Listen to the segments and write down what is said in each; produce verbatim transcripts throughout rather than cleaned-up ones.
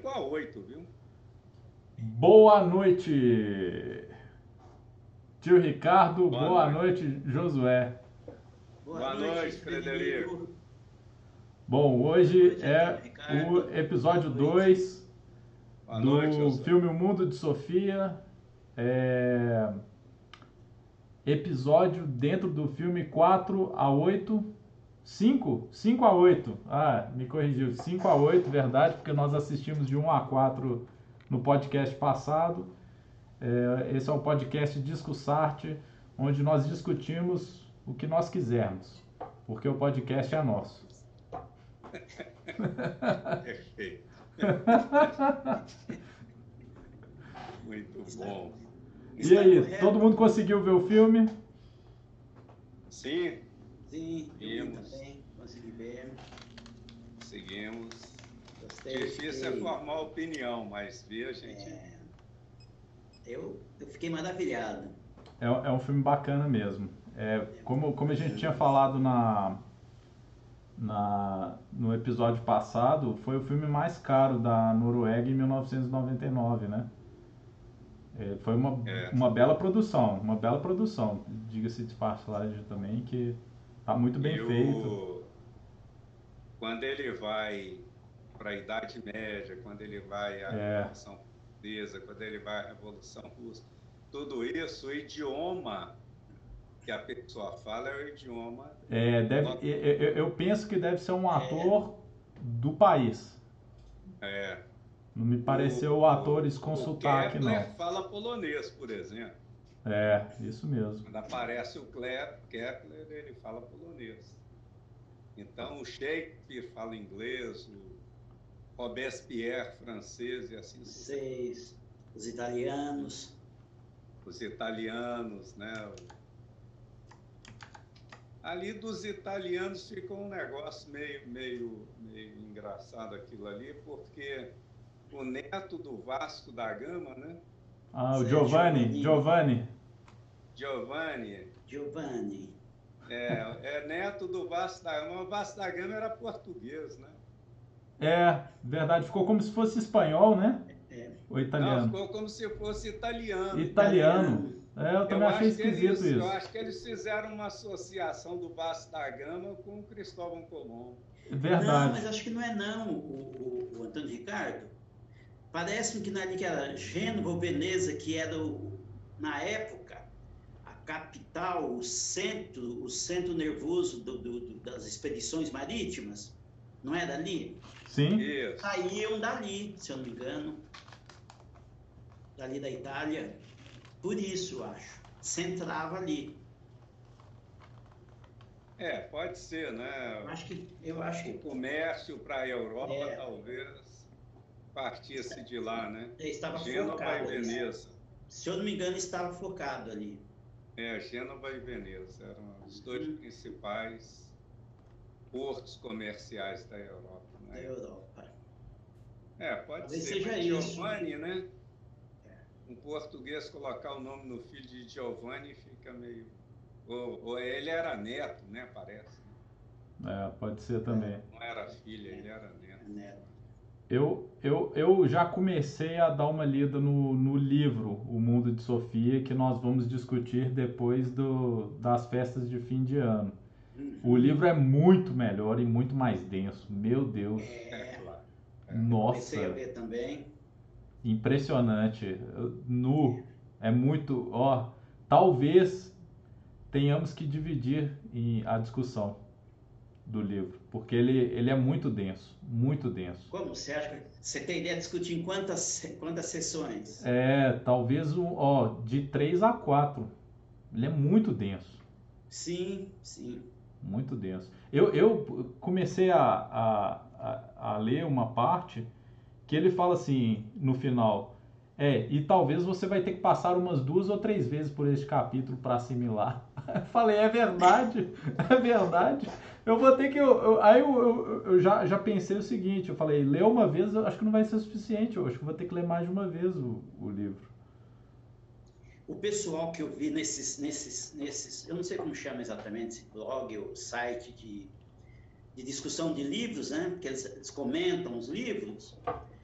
cinco a oito, viu? Boa noite, tio Ricardo. Boa Boa noite. noite, Josué. Boa Boa noite, noite, Frederico. Frederico. Bom, Boa hoje noite, Antônio é o Ricardo. episódio Boa noite. dois Boa noite, do Josué. filme O Mundo de Sofia. É... Episódio dentro do filme quatro a oito. cinco? cinco a oito. Ah, me corrigiu. cinco a oito, verdade, porque nós assistimos de um a quatro no podcast passado. É, esse é o podcast Discussarte, onde nós discutimos o que nós quisermos, porque o podcast é nosso. Perfeito. Muito Está- bom. E Está aí, correto? todo mundo conseguiu ver o filme? Sim, Sim, eu vi Vimos. também. Consegui ver. seguimos. Gostei. Difícil é fiquei- formar opinião, mas ver a gente. é, eu, eu fiquei maravilhado. É, é um filme bacana mesmo. É, como, como a gente tinha falado na, na, no episódio passado, foi o filme mais caro da Noruega em mil novecentos e noventa e nove, né? É, foi uma, É. uma bela produção, uma bela produção. Diga-se de passagem também que tá muito bem E o- feito. Quando ele vai para a Idade Média, quando ele vai à É. Revolução Francesa, quando ele vai à Revolução Russa, tudo isso, o idioma que a pessoa fala é o idioma. É, deve, eu, eu- eu penso que deve ser um ator do país. É, Não me pareceu atores com o sotaque, não. Kepler fala polonês, por exemplo. É, isso mesmo. Quando aparece o Cle- Kepler, ele fala polonês. Então, o Shakespeare fala inglês, o Robespierre francês e assim sucessivamente. Vocês, os italianos. Os italianos, né? Ali dos italianos ficou um negócio meio, meio, meio engraçado aquilo ali, porque o neto do Vasco da Gama, né? Ah, o Zé Giovanni, Giovanni. Giovanni. Giovanni, Giovanni. é, é neto do Vasco da Gama. O Vasco da Gama era português, né? É, verdade, ficou como se fosse espanhol, né? É, Ou Não, italiano? ficou como se fosse italiano. Italiano. É, eu também Eu achei acho que esquisito eles, isso. Eu acho que eles fizeram uma associação do Vasco da Gama com o Cristóvão Colombo. Não, Verdade. mas acho que não é não, o, o, o Antônio Ricardo. Parece-me que ali que era Gênova ou Veneza, que era, o, na época, a capital, o centro, o centro nervoso do, do, do, das expedições marítimas. Não era ali? Sim. Isso. Saíam dali, se eu não me engano. Dali da Itália. Por isso, eu acho. Centrava ali. É, pode ser, né? Eu acho que... Eu acho O que comércio para a Europa É. talvez partisse de lá, né? ele estava Gênova e focado ali. Veneza. Se eu não me engano, estava focado ali. É, Gênova e Veneza eram os dois Uhum. principais portos comerciais da Europa, Da né? Europa. É, pode Talvez ser. seja Mas isso. Giovanni, né? Um português colocar o nome no filho de Giovanni fica meio... Ou, ou ele era neto, né? Parece. É, pode ser também. Não era filho, ele era neto. Né? Eu, eu, eu já comecei a dar uma lida no, no livro O Mundo de Sofia, que nós vamos discutir depois do, das festas de fim de ano. O livro é muito melhor e muito mais denso. Meu Deus. É, claro. Nossa, Comecei a ver também. impressionante. Nu, é muito, ó, talvez tenhamos que dividir em- a discussão do livro, porque ele, ele é muito denso, muito denso. Como você acha que você tem ideia de discutir em quantas, quantas sessões? É, talvez um, ó, de três a quatro. Ele é muito denso, Sim, sim. muito denso. Eu, eu comecei a, a, a, a ler uma parte que ele fala assim, no final, é, e talvez você vai ter que passar umas duas ou três vezes por este capítulo para assimilar. Eu falei, é verdade, é verdade. Eu vou ter que. Eu, eu- aí eu, eu, eu já, já pensei o seguinte: eu falei, ler uma vez, eu acho que não vai ser suficiente. Eu acho que eu vou ter que ler mais de uma vez o, o livro. O pessoal que eu vi nesses, nesses, nesses, eu não sei como chama exatamente esse blog ou site de, de discussão de livros, né? Que eles, eles comentam os livros. O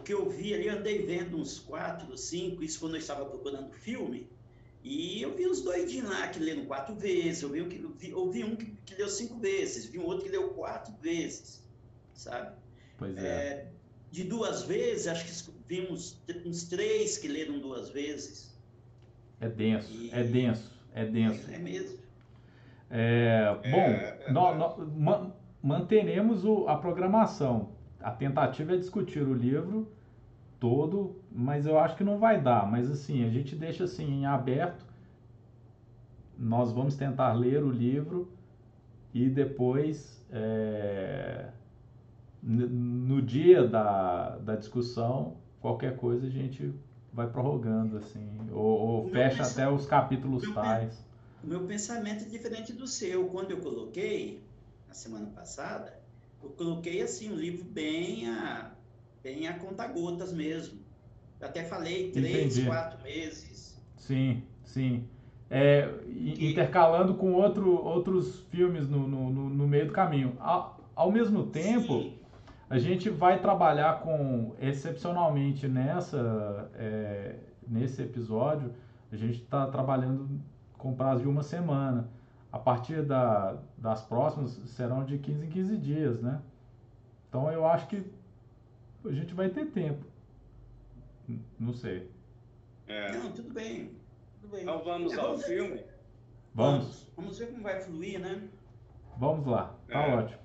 porque eu vi ali, eu andei vendo uns quatro, cinco, isso quando eu estava procurando filme, e eu vi uns doidinhos lá que leram quatro vezes, eu vi um que, eu vi, eu vi um que, que leu cinco vezes, vi um outro que leu quatro vezes, sabe? Pois é. É, de duas vezes, acho que vi uns, uns três que leram duas vezes. É denso, E, é denso, é denso. É, é mesmo. É, bom, É, é nó- verdade. nó- ma- manteremos o- a programação. A tentativa é discutir o livro todo, mas eu acho que não vai dar. Mas assim, a gente deixa assim em aberto. Nós vamos tentar ler o livro e depois, é, n- no dia da, da discussão, qualquer coisa a gente vai prorrogando assim, ou, ou O meu, fecha pensa, até os o, capítulos meu, pen- tais. o meu pensamento é diferente do seu. Quando eu coloquei, na semana passada, eu coloquei assim um livro bem a, bem a conta-gotas mesmo. Eu até falei três, Entendi. quatro meses. Sim, sim. É, i- Porque, intercalando com outro, outros filmes no, no, no- no meio do caminho. Ao, ao mesmo tempo, sim, a gente vai trabalhar com, excepcionalmente nessa, é, nesse episódio, a gente está trabalhando com prazo de uma semana. A partir da, das próximas serão de quinze em quinze dias, né? Então eu acho que a gente vai ter tempo. N- Não sei. É. não, tudo bem. Tudo bem. Então vamos É, ao vamos ver- filme? Vamos, Vamos, vamos ver como vai fluir, né? vamos lá. Tá É. ótimo.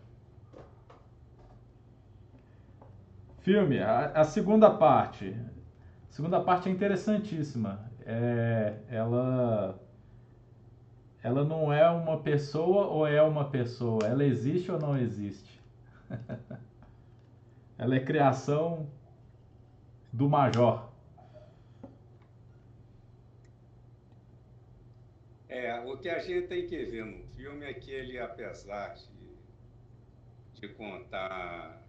Filme, a, a segunda parte. A segunda parte é interessantíssima. É, ela, ela não é uma pessoa ou é uma pessoa? Ela existe ou não existe? Ela é criação do Major. É, o que a gente tem que ver no filme é que ele, apesar de, de contar,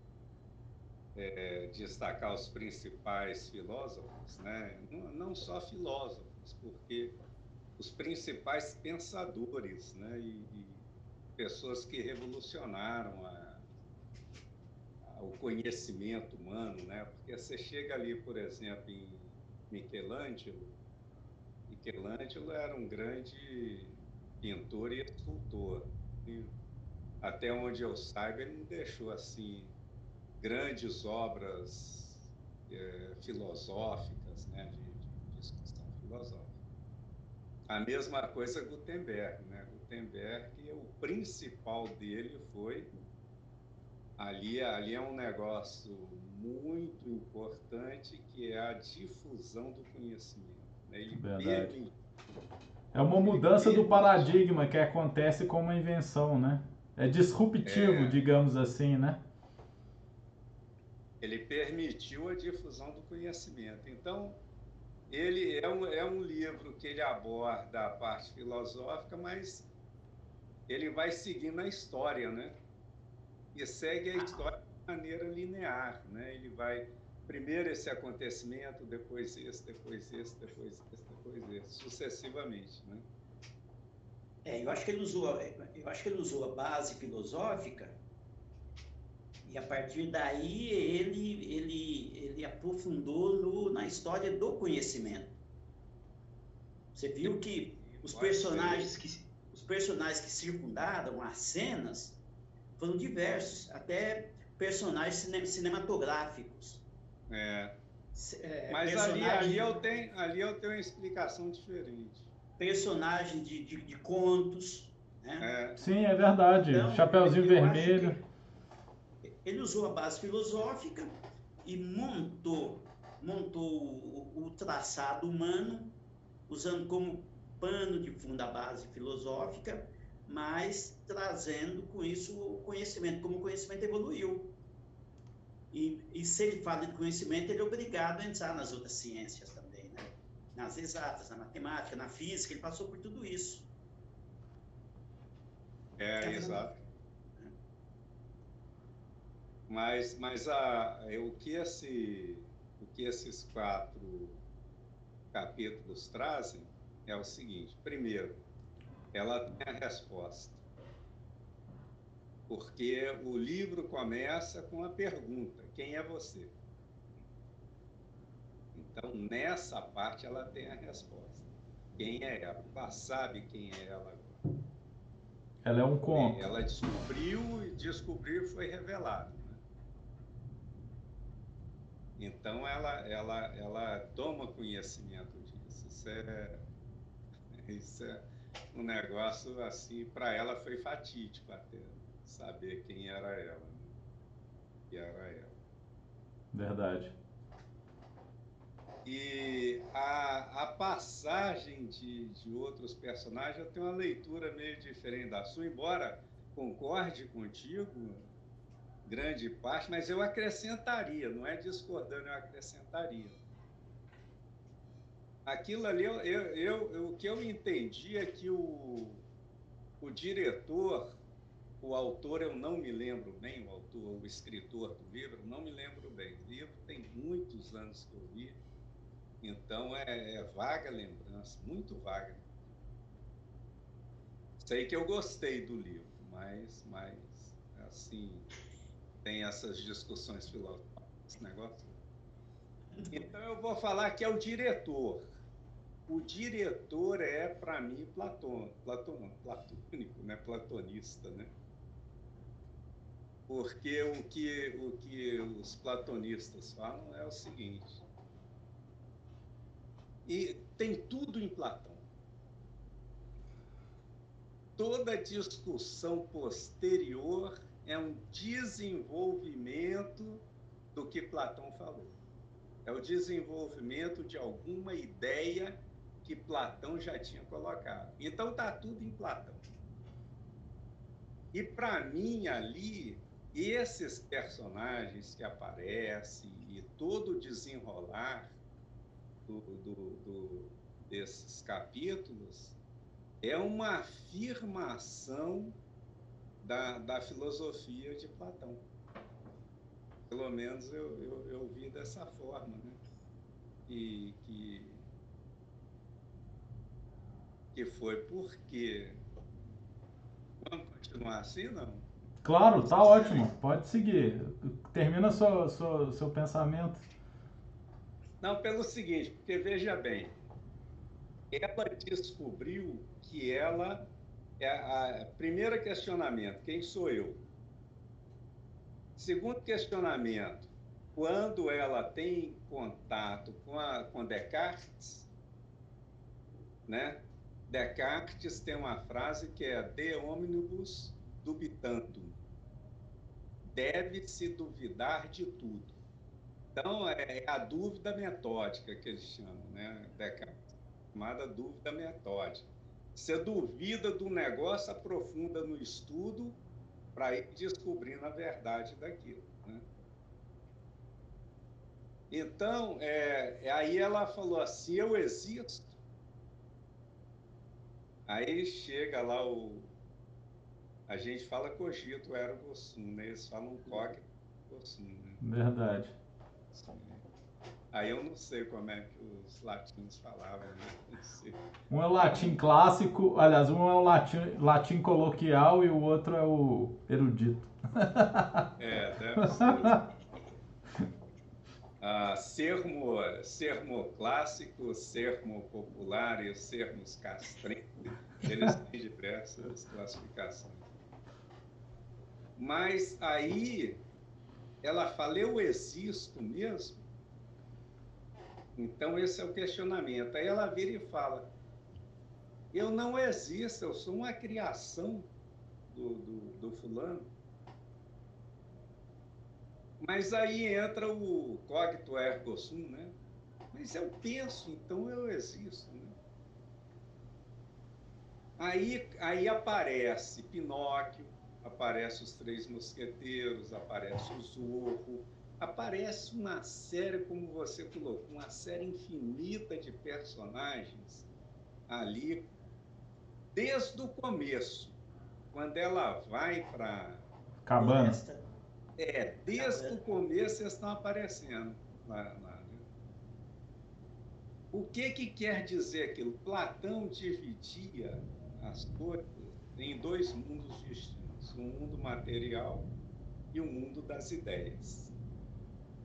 é, destacar os principais filósofos, né? Não, não só filósofos, porque os principais pensadores, né? E, e pessoas que revolucionaram a, a, o conhecimento humano, né? Porque você chega ali, por exemplo, em Michelangelo. Michelangelo era um grande pintor e escultor. E, até onde eu saiba, ele não deixou assim grandes obras é, filosóficas, né, de, de discussão filosófica. A mesma coisa Gutenberg, né? Gutenberg, o principal dele foi ali, ali é um negócio muito importante que é a difusão do conhecimento. Né? Ele Verdade. permitiu, É uma ele mudança do permitiu, paradigma que acontece com uma invenção, né? É disruptivo, é, digamos assim, né? ele permitiu a difusão do conhecimento. Então, ele é um, é um livro que ele aborda a parte filosófica, mas ele vai seguindo a história, né? E segue a história de maneira linear, né? Ele vai primeiro esse acontecimento, depois esse, depois esse, depois esse, depois esse, sucessivamente, né? É, eu acho que ele usou, eu acho que ele usou a base filosófica e a partir daí ele ele ele aprofundou no, na história do conhecimento. Você viu que os personagens que os personagens que circundaram as cenas foram diversos, até personagens cine, cinematográficos. É. É, Mas ali, ali, eu tenho, ali eu tenho uma explicação diferente. Personagem de, de, de contos, né? É. Sim, é verdade. Então, Chapeuzinho eu acho vermelho. que ele usou a base filosófica e montou, montou o, o traçado humano, usando como pano de fundo a base filosófica, mas trazendo com isso o conhecimento, como o conhecimento evoluiu. E, e se ele fala de conhecimento, ele é obrigado a entrar nas outras ciências também, né? Nas exatas, na matemática, na física, ele passou por tudo isso. É, Tá exato. Mas, mas a, o, que esse, o que esses quatro capítulos trazem é o seguinte. Primeiro, ela tem a resposta. Porque o livro começa com a pergunta: quem é você? Então, nessa parte, ela tem a resposta. Quem é ela? Ela sabe quem é ela agora. Ela é um conto. Ela descobriu e descobrir foi revelado. Né? Então, ela, ela, ela toma conhecimento disso. Isso é, isso é um negócio, assim, para ela foi fatídico até, saber quem era ela. Né? Que era ela. Verdade. E a, a passagem de, de outros personagens, eu tenho uma leitura meio diferente da sua, embora concorde contigo, grande parte, mas eu acrescentaria, não é discordando, eu acrescentaria. Aquilo ali, eu, eu, eu, o que eu entendi é que o, o diretor, o autor, eu não me lembro bem, o autor, o escritor do livro, não me lembro bem. O livro tem muitos anos que eu li, então é, é vaga lembrança, muito vaga. Sei que eu gostei do livro, mas, mas assim, tem essas discussões filosóficas, esse negócio. Então eu vou falar que é o diretor. O diretor é, para mim, Platão, Platão, platônico, né? Platonista, né? Porque o que, o que os platonistas falam é o seguinte, e tem tudo em Platão. Toda discussão posterior é um desenvolvimento do que Platão falou. É o desenvolvimento de alguma ideia que Platão já tinha colocado. Então está tudo em Platão. E para mim ali, esses personagens que aparecem e todo o desenrolar do, do, do, desses capítulos é uma afirmação da, da filosofia de Platão. Pelo menos eu, eu, eu vi dessa forma, né? E que, que foi porque... Vamos continuar assim, não? Claro, tá ótimo. Pode seguir. Termina seu, seu, seu pensamento. Não, pelo seguinte, porque veja bem, ela descobriu que ela é a primeiro questionamento, quem sou eu? Segundo questionamento, quando ela tem contato com, a, com Descartes, né? Descartes tem uma frase que é de omnibus dubitantum, deve-se duvidar de tudo. Então, é a dúvida metódica que eles chamam, né? Descartes, chamada dúvida metódica. Você duvida do negócio, aprofunda no estudo para ir descobrindo a verdade daquilo, né? Então, é, aí ela falou assim, eu existo. Aí chega lá o... A gente fala cogito ergo sum, né? Eles falam cogito ergo sum, né? Verdade. Aí eu não sei como é que os latinos falavam, né? Não sei. Um é o latim clássico, aliás, um é o latim, latim coloquial e o outro é o erudito. É, deve ser. Ah, sermo, sermo clássico, sermo popular e os sermos castrenses, eles têm diversas classificações. Mas aí ela fala, eu existo mesmo? Então esse é o questionamento. Aí ela vira e fala, eu não existo, eu sou uma criação do, do, do fulano. Mas aí entra o cogito ergo sum, né? Mas eu penso, então eu existo, né? Aí, aí aparece Pinóquio, aparece os Três Mosqueteiros, aparece o Zorro, aparece uma série, como você colocou, uma série infinita de personagens ali, desde o começo, quando ela vai para... Cabana. É, desde o começo eles estão aparecendo lá, lá, né? O que que quer dizer aquilo? Platão dividia as coisas em dois mundos distintos, o mundo material e o mundo das ideias.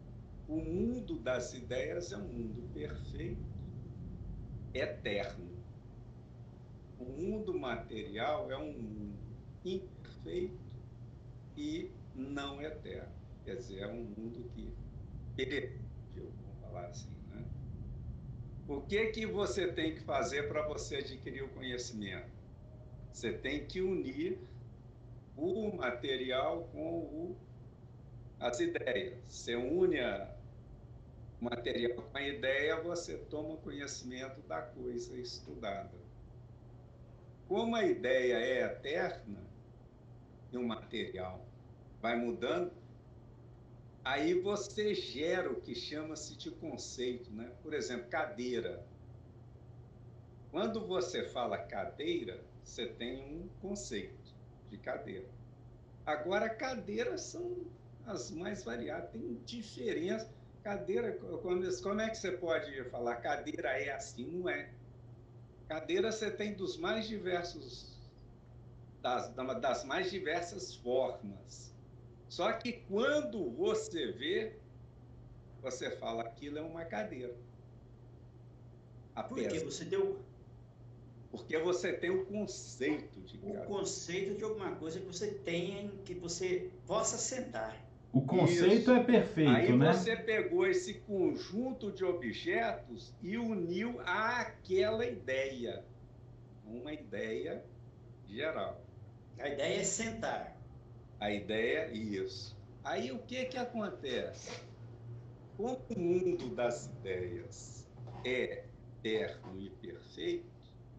o mundo das ideias é um mundo perfeito, eterno. O mundo material é um mundo imperfeito e não eterno. Quer dizer, é um mundo que perecível, vamos falar assim, né? O que que você tem que fazer para você adquirir o conhecimento? Você tem que unir o material com o, as ideias. Você une a, o material com a ideia, você toma conhecimento da coisa estudada. Como a ideia é eterna e o material vai mudando, aí você gera o que chama-se de conceito, né? Por exemplo, cadeira. Quando você fala cadeira, você tem um conceito de cadeira. Agora, cadeiras são as mais variadas, tem diferença. Cadeira, como é que você pode falar cadeira é assim? Não é. Cadeira você tem dos mais diversos, das, das mais diversas formas. Só que quando você vê, você fala aquilo é uma cadeira. Por quê? Você deu... Porque você tem o conceito de cadeira. O conceito de alguma coisa que você tenha, que você possa sentar. O conceito Isso. é perfeito, Aí né? Aí você pegou esse conjunto de objetos e uniu àquela ideia. Uma ideia geral. A ideia é sentar. A ideia é isso. Aí o que que acontece? Como o mundo das ideias é eterno e perfeito,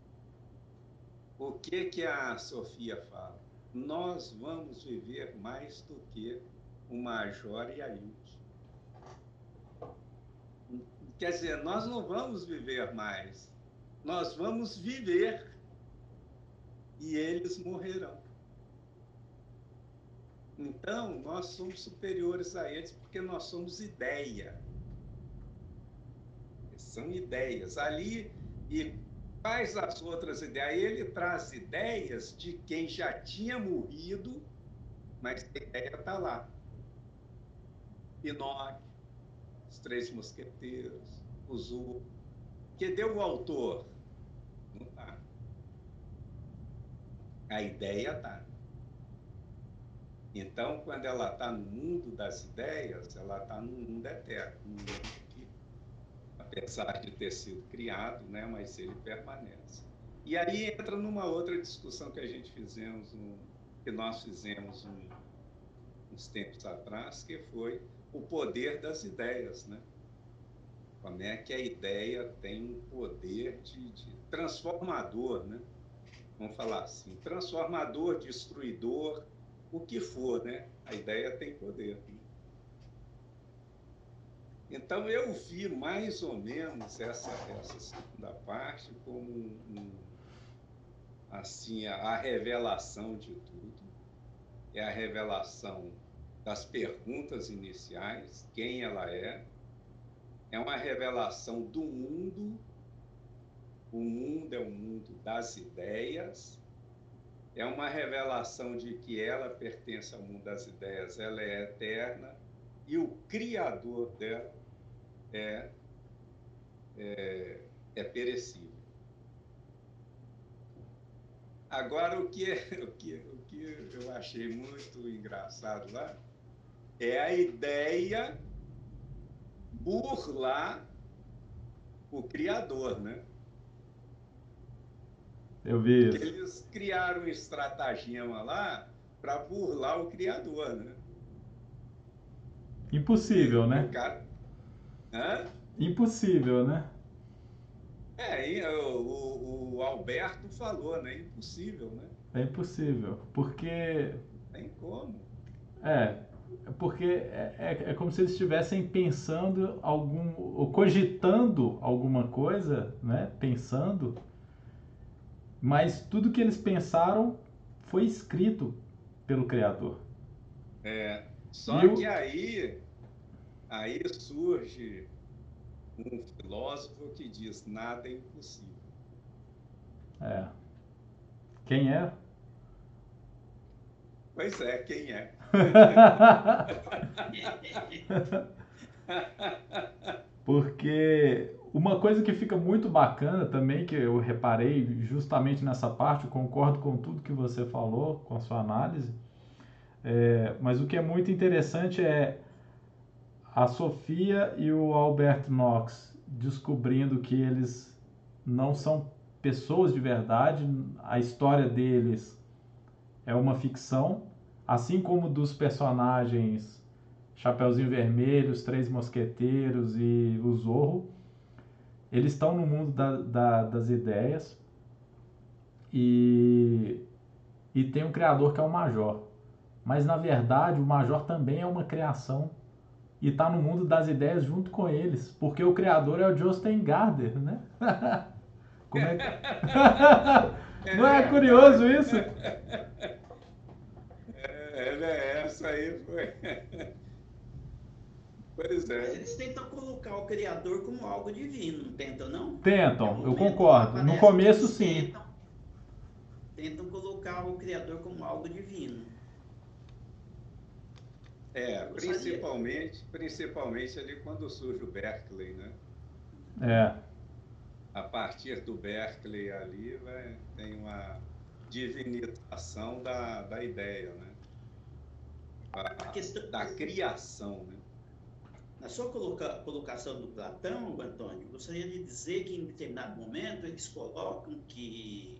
o que que a Sofia fala? Nós vamos viver mais do que o Major e a Hilde. Quer dizer, nós não vamos viver mais. Nós vamos viver e eles morrerão. Então, nós somos superiores a eles porque nós somos ideia. São ideias. Ali, e quais as outras ideias? Ele traz ideias de quem já tinha morrido, mas a ideia está lá. Pinóquio, Os Três Mosqueteiros, o Zorro. Cadê o autor? Não está. A ideia está. Então, quando ela está no mundo das ideias, ela está no mundo eterno, no mundo que, apesar de ter sido criado, né, mas ele permanece. E aí entra numa outra discussão que a gente fizemos, um, que nós fizemos um, uns tempos atrás, que foi o poder das ideias, né? Como é que a ideia tem um poder de, de transformador, né? Vamos falar assim, transformador, destruidor, o que for, né? A ideia tem poder. Né? Então, eu vi mais ou menos essa, essa segunda parte como um, assim, a revelação de tudo. É a revelação das perguntas iniciais, quem ela é. É uma revelação do mundo. O mundo é o mundo das ideias. É uma revelação de que ela pertence ao mundo das ideias, ela é eterna, e o criador dela é, é, é perecível. Agora, o que, o, que, o que eu achei muito engraçado lá é a ideia burlar o criador, né? Eu vi Porque isso. eles criaram um estratagema lá para burlar o criador, né? Impossível, e, né? O cara... Hã? Impossível, né? É, o, o, o Alberto falou, né? Impossível, né? É impossível, porque... Tem como. É, porque é, é, é como se eles estivessem pensando algum... ou cogitando alguma coisa, né? Pensando... Mas tudo que eles pensaram foi escrito pelo Criador. É, só Eu... que aí, aí surge um filósofo que diz nada é impossível. É. Quem é? Pois é, quem é? Porque uma coisa que fica muito bacana também, que eu reparei justamente nessa parte, eu concordo com tudo que você falou, com a sua análise, é, mas o que é muito interessante é a Sofia e o Albert Knox descobrindo que eles não são pessoas de verdade, a história deles é uma ficção, assim como dos personagens Chapeuzinho Vermelho, os Três Mosqueteiros e o Zorro. Eles estão no mundo da, da, das ideias e, e tem um criador que é o Major. Mas, na verdade, o Major também é uma criação e está no mundo das ideias junto com eles, porque o criador é o Jostein Gaarder, né? Como é que... Não é curioso isso? É, né? Essa aí foi... Pois é. Mas eles tentam colocar o Criador como algo divino, não tentam, não? Tentam, eu concordo. No começo, sim. Tentam, tentam colocar o Criador como algo divino. É, principalmente, principalmente ali quando surge o Berkeley, né? É. A partir do Berkeley ali, né, tem uma divinização da, da ideia, né? A, A questão... Da criação, né? Na sua coloca, colocação do Platão, Antônio, gostaria de dizer que em determinado momento eles colocam que,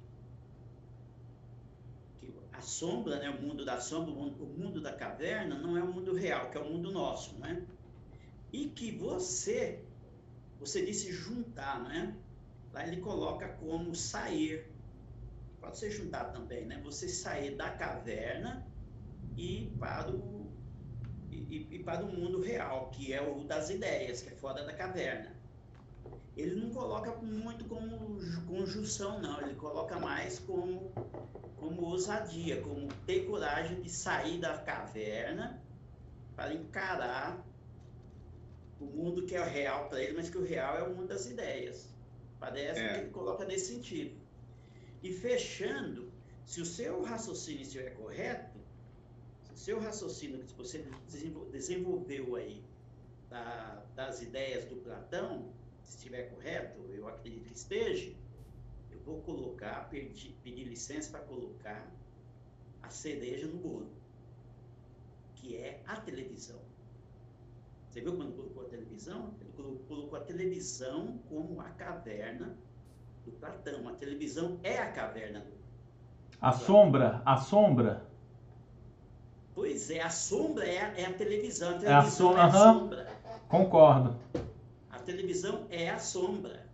que a sombra, né, o mundo da sombra, o mundo, o mundo da caverna não é o mundo real, que é o mundo nosso, né? E que você, você disse juntar, né? Lá ele coloca como sair. Pode ser juntar também, né? Você sair da caverna e para o E, e para o mundo real, que é o das ideias, que é fora da caverna. Ele não coloca muito como conjunção, não. Ele coloca mais como, como ousadia, como ter coragem de sair da caverna para encarar o mundo que é real para ele, mas que o real é o mundo das ideias. Parece é. que ele coloca nesse sentido. E fechando, se o seu raciocínio estiver correto, seu raciocínio que você desenvolveu aí da, das ideias do Platão, se estiver correto, eu acredito que esteja, eu vou colocar, pedir, pedir licença para colocar a cereja no bolo, que é a televisão. Você viu quando colocou a televisão? Ele colocou, colocou a televisão como a caverna do Platão. A televisão é a caverna do A sombra, a sombra. Pois é, a sombra é a, é a televisão. A televisão é a, so... é a uhum. sombra. Concordo. A televisão é a sombra.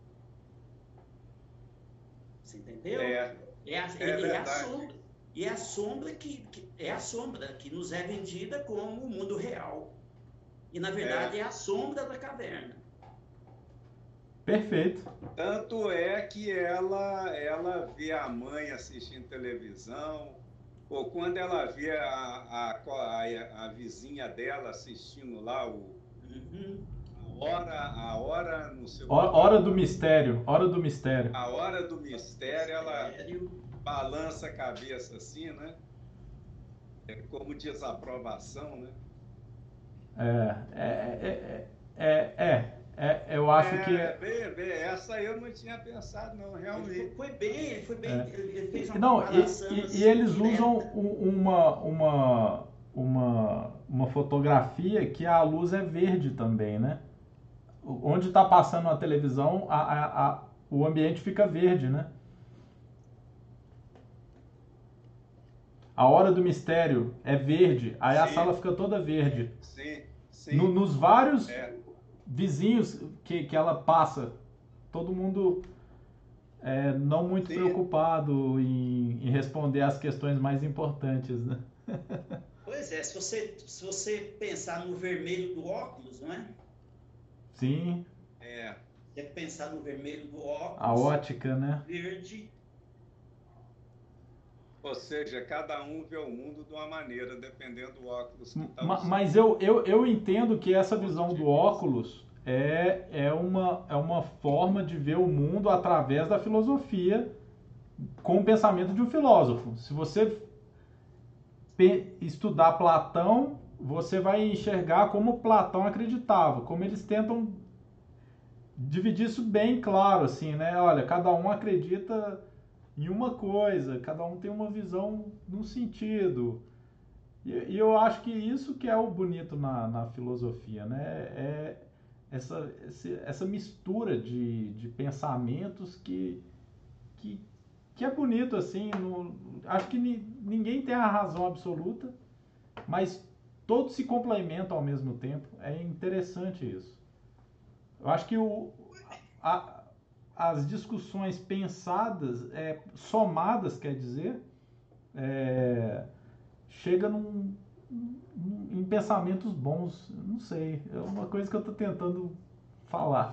Você entendeu? É, é, a, é, é a sombra. E é a sombra que, que é a sombra que nos é vendida como o mundo real. E na verdade é, é a sombra da caverna. Perfeito. Tanto é que ela, ela vê a mãe assistindo televisão, ou quando ela vê a, a, a, a vizinha dela assistindo lá o, uhum. a hora, a hora, não sei o hora, hora do mistério, hora do mistério. A hora do mistério, ela balança a cabeça assim, né? É como desaprovação, né? É, é, é, é, é, é eu acho é, que... Bem, bem, essa aí eu não tinha pensado, não, realmente. Ele foi bem, ele foi bem, é. ele fez uma não, e, assim, e, e eles usam uma, uma, uma, uma fotografia que a luz é verde também, né? Onde está passando a televisão, a, a, a, o ambiente fica verde, né? A hora do mistério é verde, aí sim. A sala fica toda verde. Sim, sim. No, nos vários é. vizinhos que, que ela passa, todo mundo é, não muito sim. preocupado em, em responder às questões mais importantes, né? Pois é, se você, se você pensar no vermelho do óculos, não é? Sim. É. Se você pensar no vermelho do óculos... A ótica, né? Verde... Ou seja, cada um vê o mundo de uma maneira, dependendo do óculos que está usando. Mas eu, eu, eu entendo que essa visão do óculos é, é, uma, é uma forma de ver o mundo através da filosofia, com o pensamento de um filósofo. Se você estudar Platão, você vai enxergar como Platão acreditava, como eles tentam dividir isso bem claro, assim, né? Olha, cada um acredita em uma coisa, cada um tem uma visão num sentido. E, e eu acho que isso que é o bonito na, na filosofia, né? É essa, essa mistura de, de pensamentos que, que, que é bonito, assim. No, acho que ni, ninguém tem a razão absoluta, mas todos se complementam ao mesmo tempo. É interessante isso. Eu acho que o, a, as discussões pensadas, é, somadas, quer dizer, é, chega num, num, em pensamentos bons. Não sei, é uma coisa que eu estou tentando falar.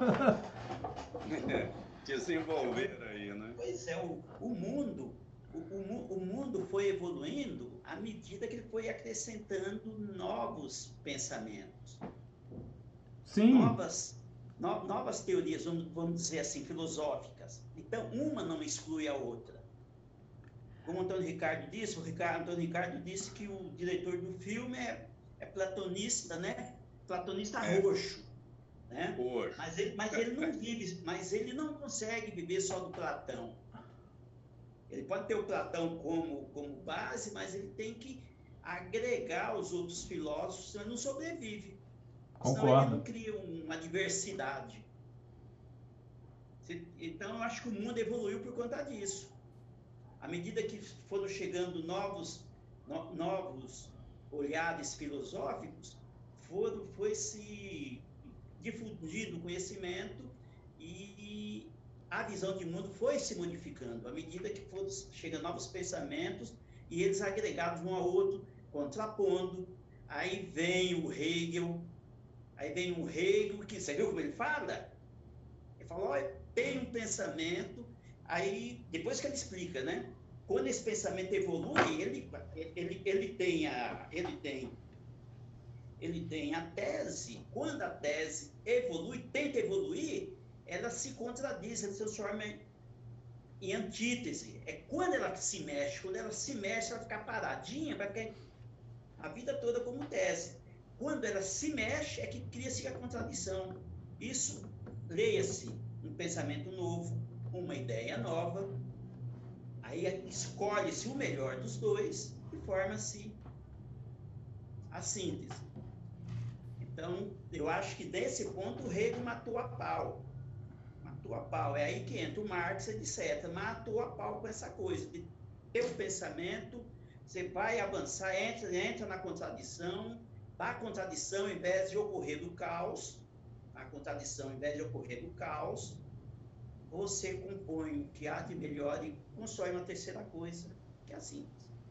Desenvolver aí, né? Pois é, o, o mundo, o, o, o mundo foi evoluindo à medida que ele foi acrescentando novos pensamentos. Sim. Novas, no, novas teorias, vamos, vamos dizer assim, filosóficas. Então, uma não exclui a outra. Como o Antônio Ricardo disse, o Ricardo, Antônio Ricardo disse que o diretor do filme é, é platonista, né? Platonista é. roxo. Né? Mas, ele, mas ele não vive, mas ele não consegue viver só do Platão. Ele pode ter o Platão como, como base, mas ele tem que agregar os outros filósofos, senão ele não sobrevive. Concordo. Senão ele não cria uma diversidade. Então, eu acho que o mundo evoluiu por conta disso. À medida que foram chegando novos, no, novos olhares filosóficos, foram, foi se difundindo o conhecimento e a visão de mundo foi se modificando à medida que foram chegando novos pensamentos e eles agregados um ao outro, contrapondo. Aí vem o Hegel, aí vem o Hegel, que você viu como ele fala? Ele falou, olha, tem um pensamento, aí depois que ele explica, né? Quando esse pensamento evolui, ele, ele, ele tem a... Ele tem, ele tem a tese, quando a tese evolui, tenta evoluir, ela se contradiz, ela se transforma em antítese. É quando ela se mexe, quando ela se mexe, ela fica paradinha, vai ficar a vida toda como tese. Quando ela se mexe, é que cria-se a contradição. Isso, leia-se um pensamento novo, uma ideia nova, aí escolhe-se o melhor dos dois e forma-se a síntese. Então, eu acho que desse ponto o Hegel matou a pau. Matou a pau. É aí que entra o Marx, etcétera. Matou a pau com essa coisa de ter o pensamento, você vai avançar, entra, entra na contradição, da contradição, ao invés de ocorrer do caos, a contradição, ao invés de ocorrer do caos, você compõe o que há de melhor e constrói uma terceira coisa, que é a síntese.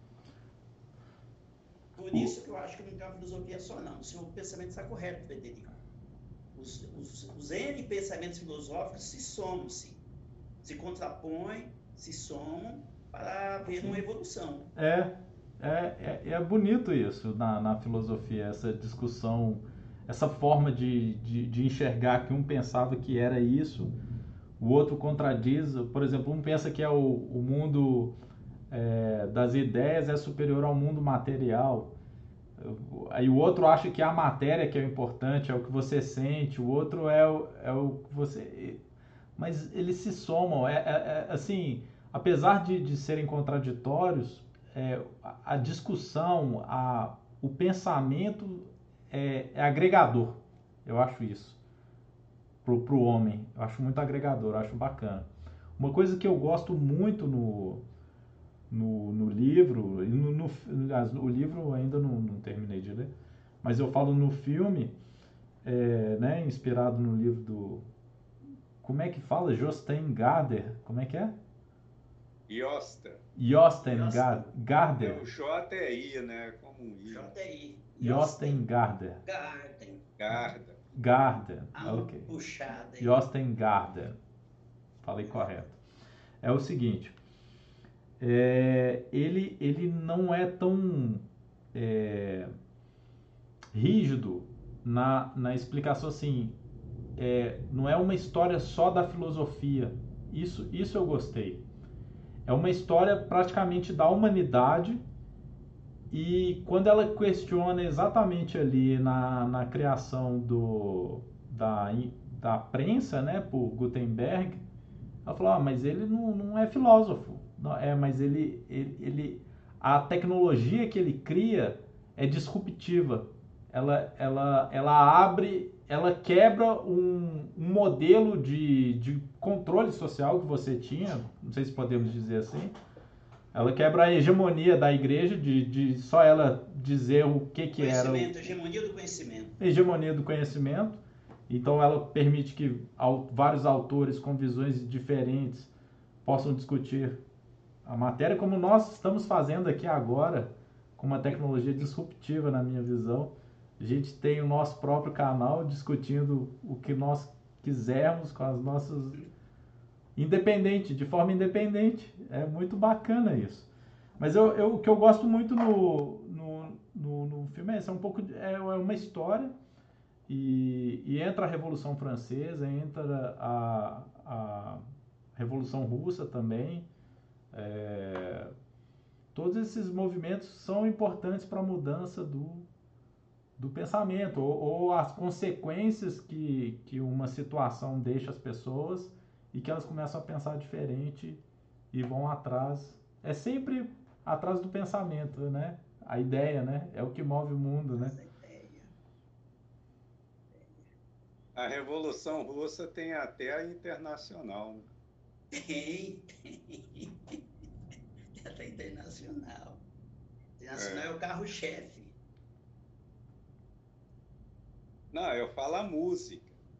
Por isso que eu acho que não tem uma filosofia só, não. O seu pensamento está correto, Frederico. Os, os, os N pensamentos filosóficos se somam, se, se contrapõem, se somam para haver Sim. uma evolução. É, é, é, é bonito isso na, na filosofia, essa discussão, essa forma de, de, de enxergar que um pensava que era isso, o outro contradiz. Por exemplo, um pensa que é o, o mundo... É, das ideias é superior ao mundo material. Aí o outro acha que a matéria que é o importante, é o que você sente, o outro é o, é o que você... Mas eles se somam. É, é, é, assim, apesar de, de serem contraditórios, é, a, a discussão, a, o pensamento é, é agregador. Eu acho isso. Pro, pro homem. Eu acho muito agregador, eu acho bacana. Uma coisa que eu gosto muito no... No, no livro, no, no, no, o livro ainda não, não terminei de ler, mas eu falo no filme, é, né, inspirado no livro do, como é que fala? Jostein Gaarder, como é que é? Jostein. Jostein Gaarder. É o J é I, né, como um I. J é I. Jostein Gaarder. Gaarder. Gaarder. Gaarder, ah, ok. Puxada. Jostein Gaarder. Falei correto. É o seguinte... É, ele, ele não é tão é, rígido na, na explicação assim, é, não é uma história só da filosofia, isso, isso eu gostei. É uma história praticamente da humanidade e quando ela questiona exatamente ali na, na criação do, da, da prensa, né, por Gutenberg, ela falou, ah, mas ele não, não é filósofo. Não, é, mas ele, ele, ele, a tecnologia que ele cria é disruptiva. Ela, ela, ela abre, ela quebra um, um modelo de, de controle social que você tinha, não sei se podemos dizer assim. Ela quebra a hegemonia da igreja, de, de só ela dizer o que, que era. Conhecimento, hegemonia do conhecimento. Hegemonia do conhecimento. Então ela permite que vários autores com visões diferentes possam discutir a matéria, como nós estamos fazendo aqui agora, com uma tecnologia disruptiva, na minha visão. A gente tem o nosso próprio canal discutindo o que nós quisermos com as nossas... Independente, de forma independente. É muito bacana isso. Mas eu, eu, o que eu gosto muito no, no, no, no filme é isso, é um pouco... É, é uma história... E, e entra a Revolução Francesa, entra a, a Revolução Russa também. É, todos esses movimentos são importantes para a mudança do, do pensamento, ou, ou as consequências que, que uma situação deixa as pessoas e que elas começam a pensar diferente e vão atrás. É sempre atrás do pensamento, né? A ideia, né? É o que move o mundo, né? A Revolução Russa tem até a internacional. Né? Tem, tem. Até internacional. Internacional é, é o carro-chefe. Não, eu falo a música.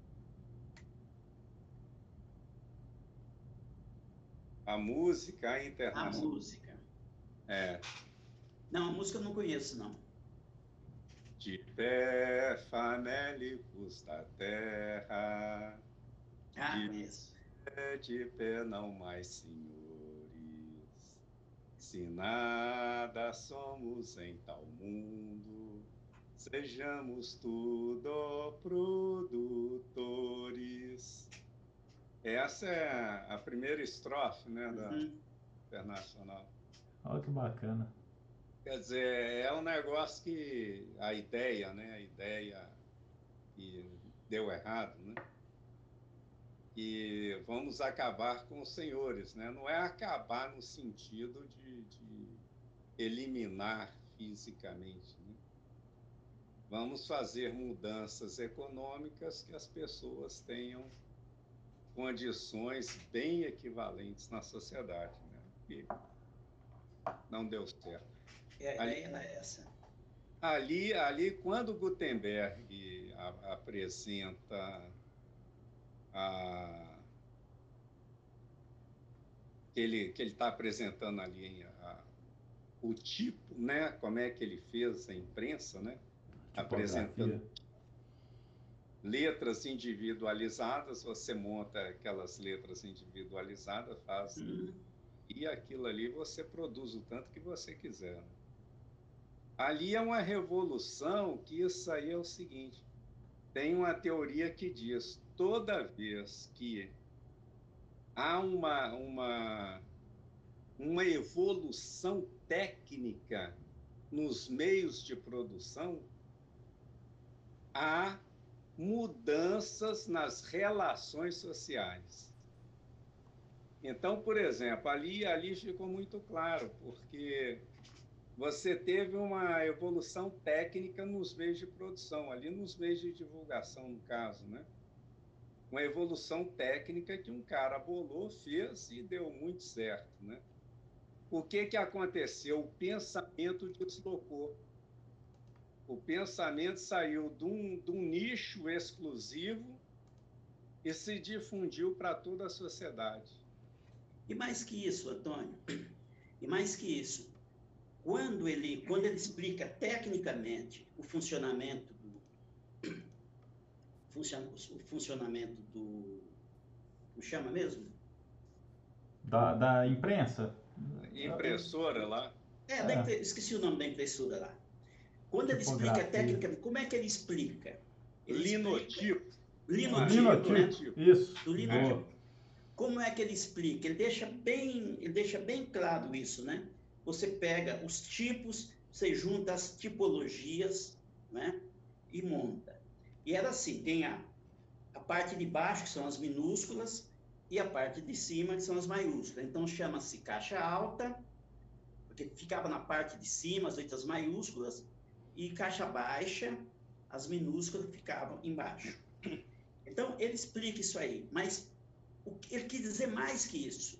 A música, a internacional. A música. É. Não, a música eu não conheço, não. De pé, famélicos da terra. Ah, de conheço. Pé, de pé, não mais, senhores. Se nada somos em tal mundo, sejamos tudo produtores. Essa é a primeira estrofe, né, da uhum. Internacional. Olha que bacana. Quer dizer, é um negócio que a ideia, né, a ideia que deu errado, né, e vamos acabar com os senhores, né, não é acabar no sentido de, de eliminar fisicamente, né? Vamos fazer mudanças econômicas que as pessoas tenham condições bem equivalentes na sociedade, né, e não deu certo. É, ali, era essa. Ali, ali, quando Gutenberg a, apresenta a, que ele que ele está apresentando ali a, o tipo, né? Como é que ele fez a imprensa, né? Apresentando letras individualizadas, você monta aquelas letras individualizadas, faz hum. e aquilo ali você produz o tanto que você quiser. Né? Ali é uma revolução que isso aí é o seguinte, tem uma teoria que diz, toda vez que há uma, uma, uma evolução técnica nos meios de produção, há mudanças nas relações sociais. Então, por exemplo, ali, ali ficou muito claro, porque você teve uma evolução técnica nos meios de produção, ali nos meios de divulgação, no caso, né? Uma evolução técnica que um cara bolou, fez e deu muito certo, né? O que que aconteceu? O pensamento deslocou. O pensamento saiu de um, de um nicho exclusivo e se difundiu para toda a sociedade. E mais que isso, Antônio, e mais que isso, Quando ele, quando ele explica tecnicamente o funcionamento do, funciona, o funcionamento do, como chama mesmo? Da, da imprensa? Impressora lá? É, da, é, esqueci o nome da impressora lá. Quando ele explica tecnicamente, como é que ele explica? Ele linotipo. Explica, linotipo, né? Isso. Do linotipo. Como é que ele explica? Ele deixa bem, ele deixa bem claro isso, né? Você pega os tipos, você junta as tipologias, né? E monta. E era assim, tem a, a parte de baixo, que são as minúsculas, e a parte de cima, que são as maiúsculas. Então, chama-se caixa alta, porque ficava na parte de cima, as letras maiúsculas, e caixa baixa, as minúsculas ficavam embaixo. Então, ele explica isso aí, mas o que ele quis dizer mais que isso.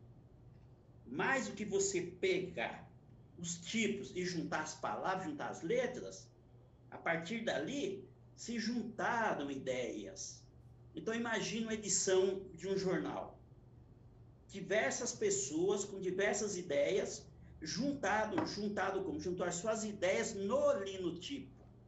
Mais do que você pegar os tipos e juntar as palavras, juntar as letras, a partir dali se juntaram ideias. Então, imagine uma edição de um jornal. Diversas pessoas com diversas ideias, juntado, juntado como? Juntar suas ideias no linotipo.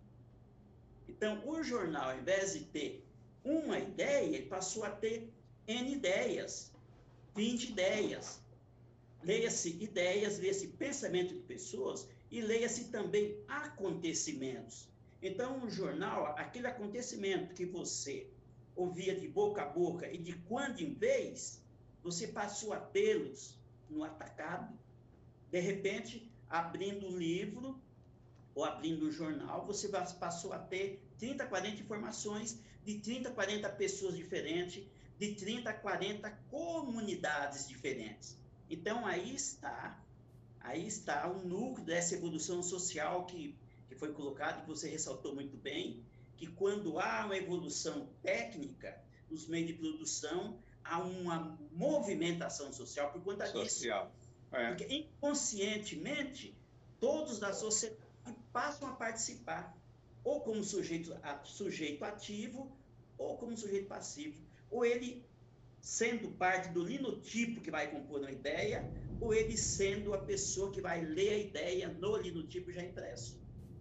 Então, o jornal, ao invés de ter uma ideia, ele passou a ter N ideias, vinte ideias. Leia-se ideias, leia-se pensamento de pessoas e leia-se também acontecimentos. Então, o jornal, aquele acontecimento que você ouvia de boca a boca e de quando em vez, você passou a tê-los no atacado. De repente, abrindo o livro ou abrindo o jornal, você passou a ter trinta, quarenta informações de trinta, quarenta pessoas diferentes, de trinta a quarenta comunidades diferentes. Então, aí está, aí está o núcleo dessa evolução social que, que foi colocado, que você ressaltou muito bem, que quando há uma evolução técnica nos meios de produção, há uma movimentação social por conta disso. Social. É. Porque inconscientemente, todos da sociedade passam a participar, ou como sujeito, sujeito ativo, ou como sujeito passivo. Ou ele sendo parte do linotipo que vai compor uma ideia, ou ele sendo a pessoa que vai ler a ideia no linotipo já impresso.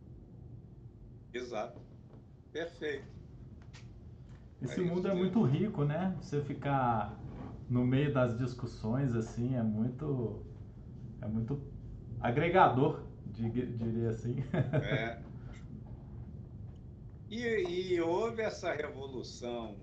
Exato. Perfeito. Esse É mundo isso é mesmo. muito rico, né? Você ficar no meio das discussões, assim, é muito... É muito agregador, diria assim. É. E, e houve essa revolução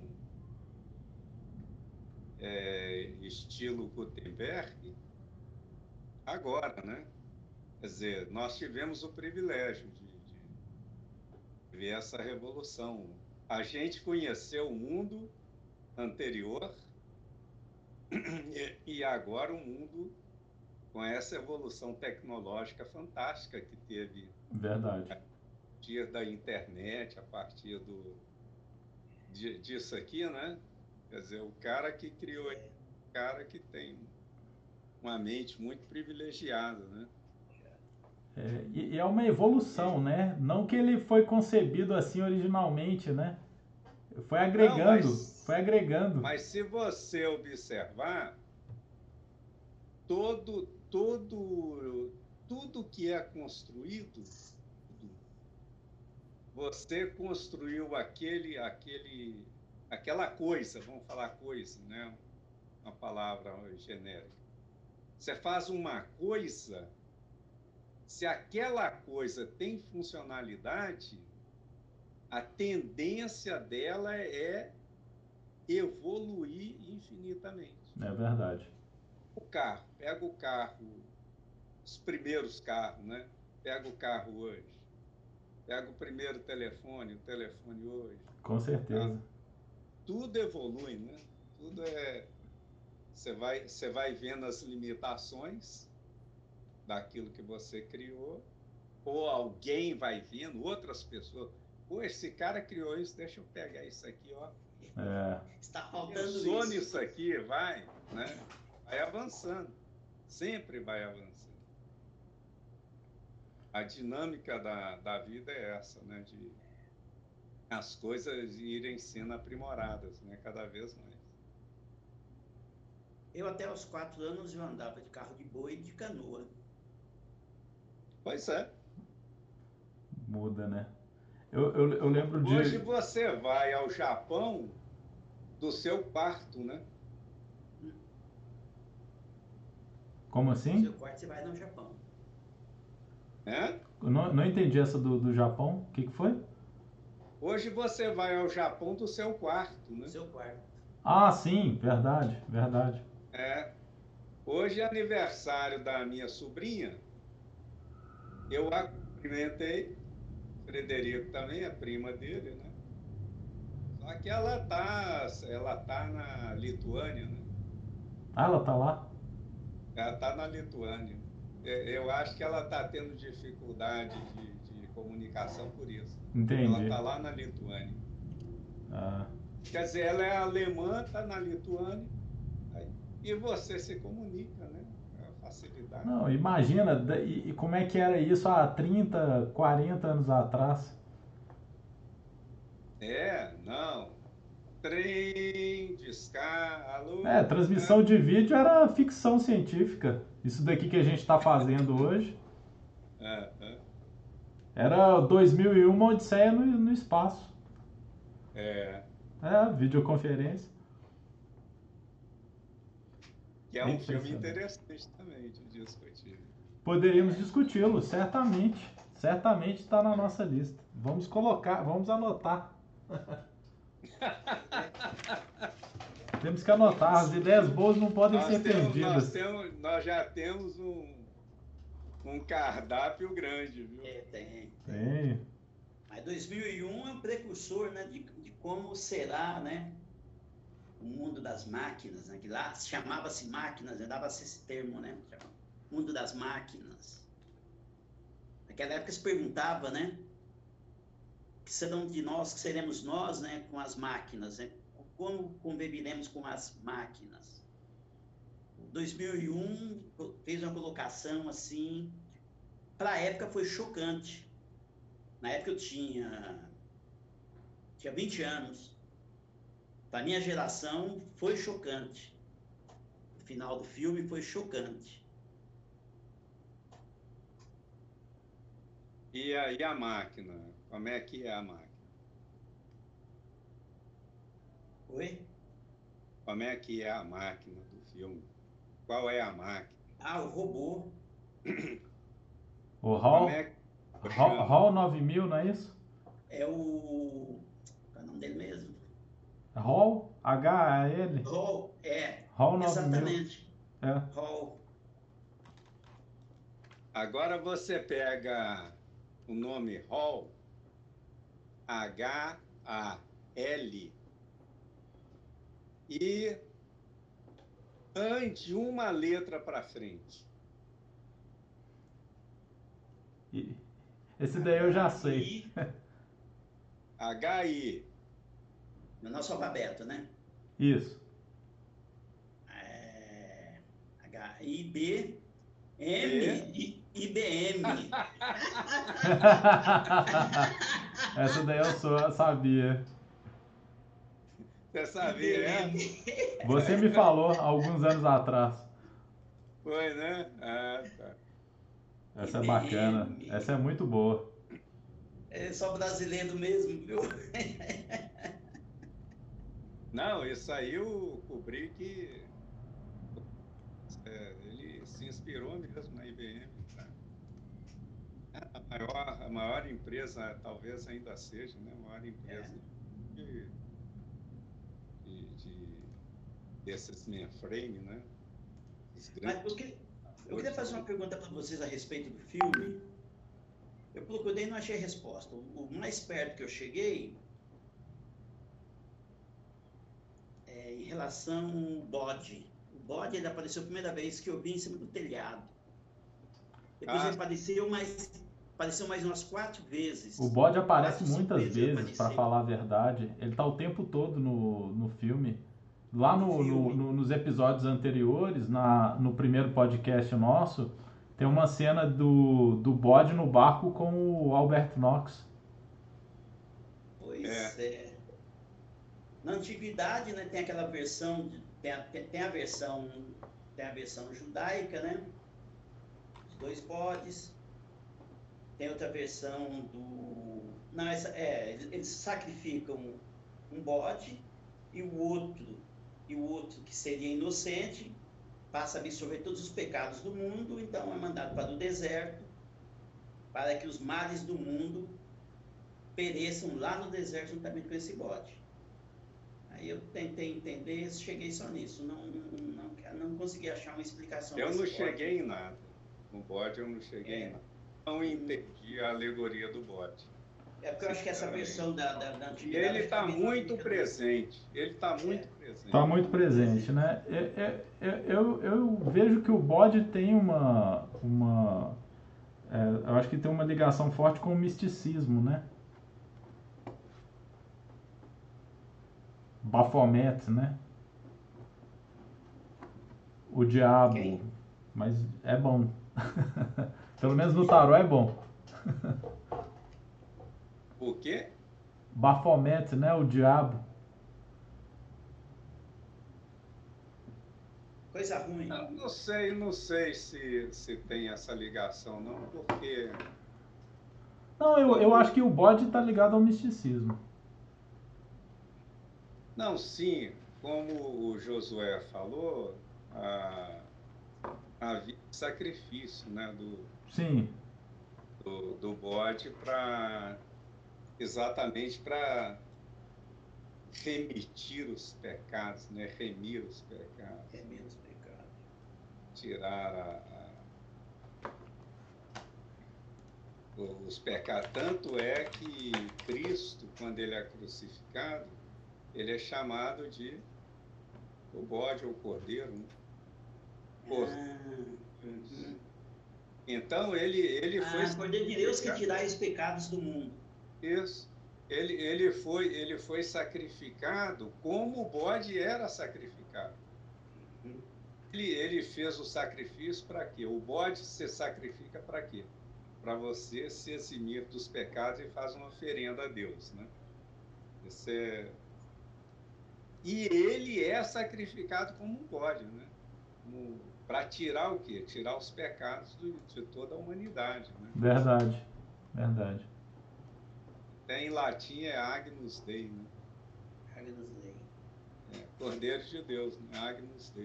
é, estilo Gutenberg agora, né? Quer dizer, nós tivemos o privilégio de, de ver essa revolução. A gente conheceu o mundo anterior e, e agora o mundo com essa evolução tecnológica fantástica que teve Verdade. a partir da internet, a partir do, de, disso aqui, né? Quer dizer, o cara que criou, o cara que tem uma mente muito privilegiada, né? É, e é uma evolução, né? Não que ele foi concebido assim originalmente, né? Foi agregando, Não, mas, foi agregando. Mas se você observar, todo, todo, tudo que é construído, você construiu aquele, aquele, aquela coisa, vamos falar coisa, né? Uma palavra genérica. Você faz uma coisa, se aquela coisa tem funcionalidade, a tendência dela é evoluir infinitamente. É verdade. O carro, pega o carro, os primeiros carros, né? Pega o carro hoje. Pega o primeiro telefone, o telefone hoje. Com certeza. Tá? Tudo evolui, né? Tudo é... Você vai, você vai vendo as limitações daquilo que você criou, ou alguém vai vendo, outras pessoas. Pô, esse cara criou isso, deixa eu pegar isso aqui, ó. É. Está faltando Pensou isso. nisso aqui, vai, né? Vai avançando. Sempre vai avançando. A dinâmica da, da vida é essa, né? De as coisas irem sendo aprimoradas, né? Cada vez mais. Eu até aos quatro anos eu andava de carro de boi e de canoa. Pois é. Muda, né? Eu, eu, eu lembro de... Hoje você vai ao Japão do seu quarto, né? Como No assim? seu quarto você vai no Japão. É? Eu não, não entendi essa do, do Japão. O que, que foi? Hoje você vai ao Japão do seu quarto, né? No seu quarto. Ah, sim, verdade, verdade. É. Hoje é aniversário da minha sobrinha. Eu a cumprimentei, Frederico também, a prima dele, né? Só que ela tá, ela tá na Lituânia, né? Ah, ela tá lá? Ela tá na Lituânia. É, Eu acho que ela está tendo dificuldade de, de comunicação por isso. Ela Entendi. está lá na Lituânia. Ah, Quer dizer, ela é alemã, está na Lituânia, aí- e você se comunica, né? É a facilidade. não, imagina, da- e, e como é que era isso há trinta, quarenta anos atrás? É, não. Trem, discar, É, alô, né? transmissão de vídeo era ficção científica. Isso daqui que a gente está fazendo hoje É, é, era dois mil e um, uma Odisseia no, no espaço. é. É, videoconferência. Que é É um filme impressionante. interessante também de discutir. Poderíamos discuti-lo, certamente. Certamente está na É. nossa lista. Vamos colocar, vamos anotar. Temos que anotar. As ideias boas não podem Nós ser temos, nós perdidas. temos, nós já temos um, um cardápio grande, viu? É, tem. Tem. Mas dois mil e um é um precursor, né, de, de como será, né, o mundo das máquinas, né, que lá chamava-se máquinas, né, dava-se esse termo, né, mundo das máquinas. Naquela época se perguntava, né, que serão de nós, que seremos nós, né, com as máquinas, né, como conviveremos com as máquinas. dois mil e um fez uma colocação assim, para a época foi chocante. Na época eu tinha, tinha vinte anos. Para minha geração foi chocante. O final do filme foi chocante. E a, e a máquina? Como é que é a máquina? Oi? Como é que é a máquina do filme? Qual é a máquina? Ah, o robô. O Como Hall, é que Hall, chama? Hall nove mil, não é isso? É o... Qual é o nome dele mesmo? Hall, H A L, Hall, é. Hall nove mil. Exatamente. É. Hall. Agora você pega o nome Hall, H A L, e ande uma letra para frente. E- Esse daí eu já sei. H I. No nosso alfabeto, né? Isso. É... H I B E. M I B M. Essa daí eu sou, eu sabia. Você sabia, é? Você me falou alguns anos atrás. Foi, né? Ah, tá. Essa é bacana. I B M. Essa é muito boa. É só brasileiro mesmo, viu? Não, isso aí o Kubrick, é, ele se inspirou mesmo na I B M. Tá? A maior, a maior empresa, talvez ainda seja, né? A maior empresa É. de, de, de, desses mainframe, né? Os Mas eu, grandes. que, eu queria fazer uma pergunta para vocês a respeito do filme. Eu procurei e não achei resposta. O mais perto que eu cheguei é em relação ao bode. O bode ele apareceu a primeira vez que eu vi em cima do telhado. Depois Ah. ele apareceu mais, apareceu mais umas quatro vezes. O bode aparece Quatro, cinco muitas vezes ele vezes, para apareceu. falar a verdade. Ele tá o tempo todo no, no filme. Lá No no, no- filme. no- nos episódios anteriores, na, no primeiro podcast nosso, tem uma cena do, do bode no barco com o Albert Knox. Pois é. Na antiguidade, né, tem aquela versão, de- tem, a, tem tem a versão, tem a versão judaica, né? De dois bodes. Tem outra versão do, não, essa é, eles, eles sacrificam um bode e o outro, e o outro que seria inocente passa a absorver todos os pecados do mundo, então é mandado para o deserto para que os males do mundo pereçam lá no deserto juntamente com esse bode. Aí eu tentei entender, cheguei só nisso, não, não, não, não consegui achar uma explicação. Eu desse não bode. cheguei em nada. No bode eu não cheguei É. em nada. não entendi a alegoria do bode. É porque eu acho que essa versão da, da, da E antiguidade... ele está muito presente, ele está muito É. presente. Está muito presente, né? É, é, é, eu, eu vejo que o bode tem uma... uma é, eu acho que tem uma ligação forte com o misticismo, né? Baphomet, né? O diabo. Quem? Mas é bom. Pelo menos no tarô é bom. O quê? Baphomet, né? O diabo. Coisa ruim. Não, não sei, não sei se, se tem essa ligação, não, porque... Não, eu, eu acho que o bode está ligado ao misticismo. Não, sim, como o Josué falou, a, havia sacrifício, né, do, Sim. do, do bode para exatamente para remitir os pecados, né, remir os pecados. Remir os pecados. Tirar a, a, os pecados. Tanto é que Cristo, quando ele é crucificado, ele é chamado de o bode ou o cordeiro. Né? Por... Ah, então ele, ele ah, foi... Cordeiro de Deus que tirai os pecados do mundo. Isso. Ele, ele, foi, ele foi sacrificado como o bode era sacrificado. Ele, ele fez o sacrifício para quê? O bode se sacrifica para quê? Para você se eximir dos pecados e faz uma oferenda a Deus, né? Esse é... E ele é sacrificado como um bode, né? Para tirar o quê? Tirar os pecados do, de toda a humanidade, né? Verdade, verdade. Até em latim é Agnus Dei, né? Agnus Dei. É, Cordeiro de Deus, né? Agnus Dei.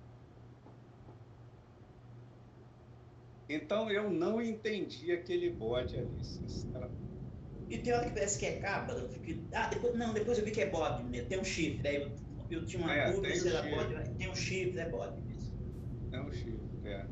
Então eu não entendi aquele bode ali, sinceramente. E tem hora que parece que é cabra, eu fico... Ah, depois, não, depois eu vi que é bode mesmo, tem um chifre. Aí eu, eu tinha uma É, dúvida tem se um era chifre. bode, tem um chifre, é bode mesmo. É um chifre, é.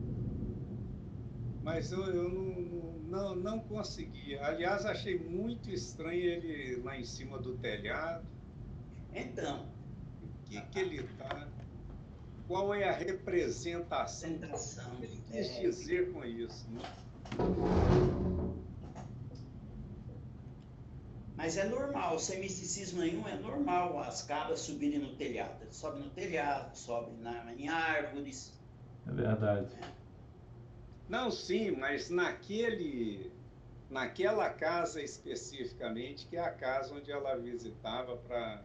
Mas eu, eu não, não, não consegui. Aliás, achei muito estranho ele lá em cima do telhado. Então... O que, que ele está... Qual é a representação? Representação. O que ele quis É... dizer com isso, né? Mas é normal, sem misticismo nenhum, é normal as cabras subirem no telhado. Eles sobem no telhado, sobem na, em árvores. É verdade. Não, sim, mas naquele, naquela casa especificamente, que é a casa onde ela visitava para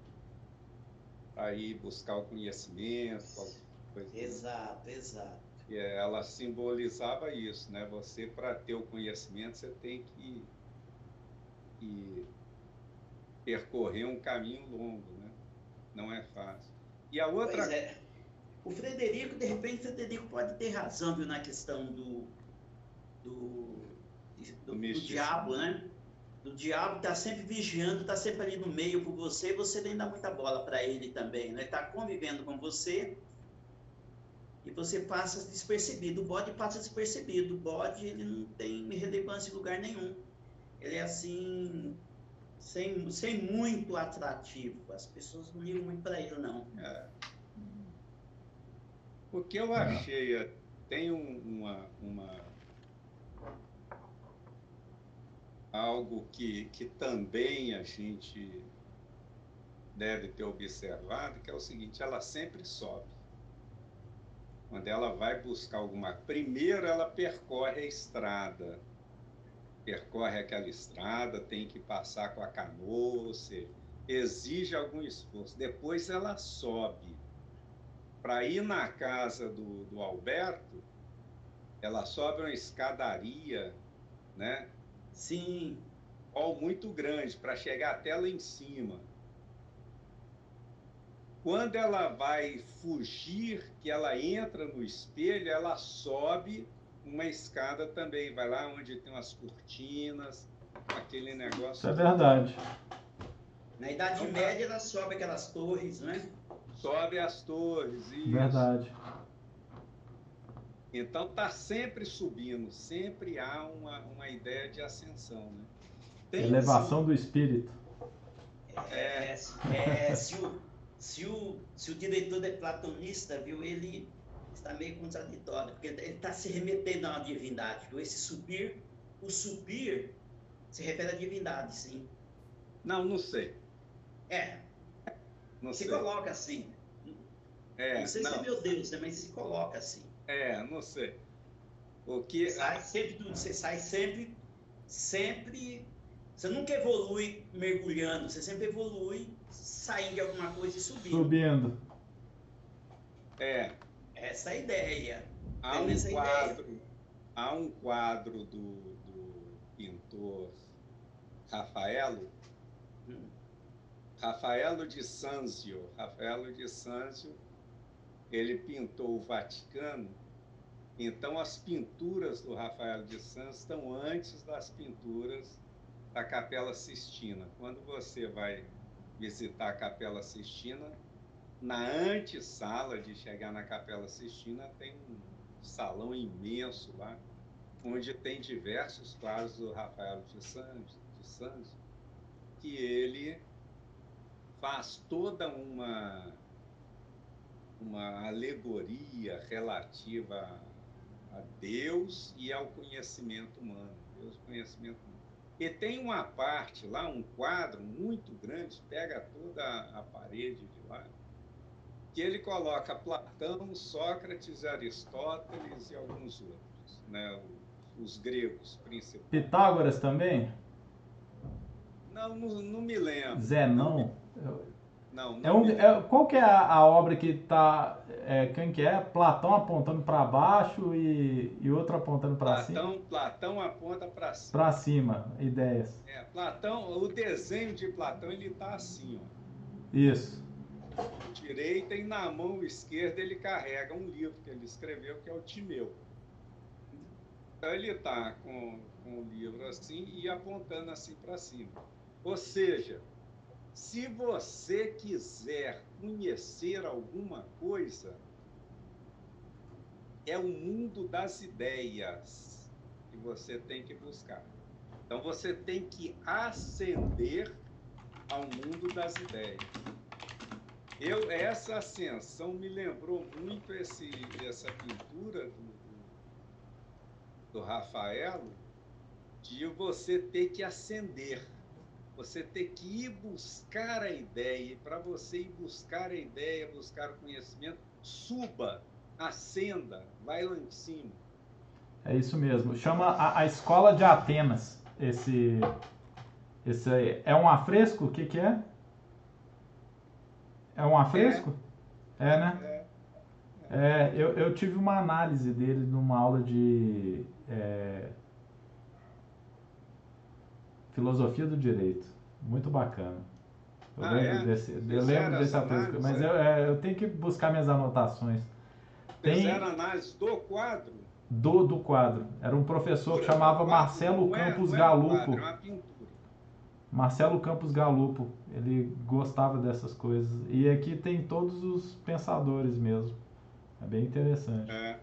ir buscar o conhecimento, coisa. Exato, exato. E ela simbolizava isso, né? Você, para ter o conhecimento, você tem que e percorrer um caminho longo, né? Não é fácil. E a outra... Pois é. O Frederico, de repente, o Frederico pode ter razão, viu, na questão do do, do, do, do diabo, né? Do diabo tá sempre vigiando, tá sempre ali no meio com você, e você nem dá muita bola para ele também, né? Tá convivendo com você e você passa despercebido. O bode passa despercebido. O bode, ele não tem relevância em lugar nenhum. Ele é assim, sem, sem muito atrativo. As pessoas não ligam muito para ele, não. É. O que eu achei, tem um, uma, uma algo que, que também a gente deve ter observado, que é o seguinte: ela sempre sobe. Quando ela vai buscar alguma... Primeiro ela percorre a estrada. Percorre aquela estrada, tem que passar com a canoa, ou seja, exige algum esforço. Depois ela sobe. Para ir na casa do, do Alberto, ela sobe uma escadaria, né? Sim. Ó, muito grande, para chegar até lá em cima. Quando ela vai fugir, que ela entra no espelho, ela sobe uma escada também, vai lá onde tem umas cortinas, aquele negócio. Isso é verdade. Na Idade então, Média, ela sobe aquelas torres, né? Sobe as torres, isso. Verdade. Então está sempre subindo, sempre há uma, uma ideia de ascensão, né? Tem, Elevação sim, do espírito. É, é, se, o, se, o, se o diretor é platonista, viu, ele está meio contraditório, porque ele está se remetendo a uma divindade, viu? Esse subir, o subir se refere à divindade, sim. Não, não sei. É, Não se sei. coloca assim. É, não sei não. se é meu Deus, né, mas se coloca assim. É, não sei. O que... Sai sempre tudo, você sai sempre, sempre... Você nunca evolui mergulhando, você sempre evolui saindo de alguma coisa e subindo. Subindo. É. Essa é a ideia. Há um quadro, ideia. há um quadro do, do pintor Rafaelo, hum. Rafaelo de Sanzio. Rafaelo de Sanzio, ele pintou o Vaticano. Então, as pinturas do Rafael de Sanzio estão antes das pinturas da Capela Sistina. Quando você vai visitar a Capela Sistina, na antessala de chegar na Capela Sistina, tem um salão imenso lá, onde tem diversos quadros do Rafael de Sanzio, de Sanzio, que ele faz toda uma, uma alegoria relativa a Deus e ao conhecimento humano. Deus, conhecimento humano. E tem uma parte lá, um quadro muito grande, pega toda a parede de lá, que ele coloca Platão, Sócrates, Aristóteles e alguns outros, né? os, os gregos principais. Pitágoras também? Não, não, não me lembro. Zenão? Não, não é um, me é, qual que é a, a obra que está... É, quem que é? Platão apontando para baixo e, e outro apontando para cima? Platão aponta para cima. Para cima, ideias. É, Platão, o desenho de Platão, ele está assim, ó. Isso. Direita e na mão esquerda ele carrega um livro que ele escreveu, que é o Timeu. Então ele está com, com o livro assim e apontando assim para cima. Ou seja, se você quiser conhecer alguma coisa, é o mundo das ideias que você tem que buscar. Então você tem que ascender ao mundo das ideias. Eu, essa ascensão me lembrou muito esse, essa pintura do, do Rafael, de você ter que ascender, você ter que ir buscar a ideia, e para você ir buscar a ideia, buscar o conhecimento, suba, ascenda, vai lá em cima. É isso mesmo, chama a, a Escola de Atenas, esse, esse aí. É um afresco? O que que é? É um afresco? É, é né? É. É, eu, eu tive uma análise dele numa aula de é, filosofia do direito. Muito bacana. Eu ah, lembro é? desse, eu lembro desse afresco, mas é? eu, é, eu tenho que buscar minhas anotações. Fizeram Tem... análise do quadro? Do, do quadro. Era um professor que chamava Marcelo Campos Galupo. É uma pintura. Marcelo Campos Galupo, ele gostava dessas coisas. E aqui tem todos os pensadores mesmo. É bem interessante. É.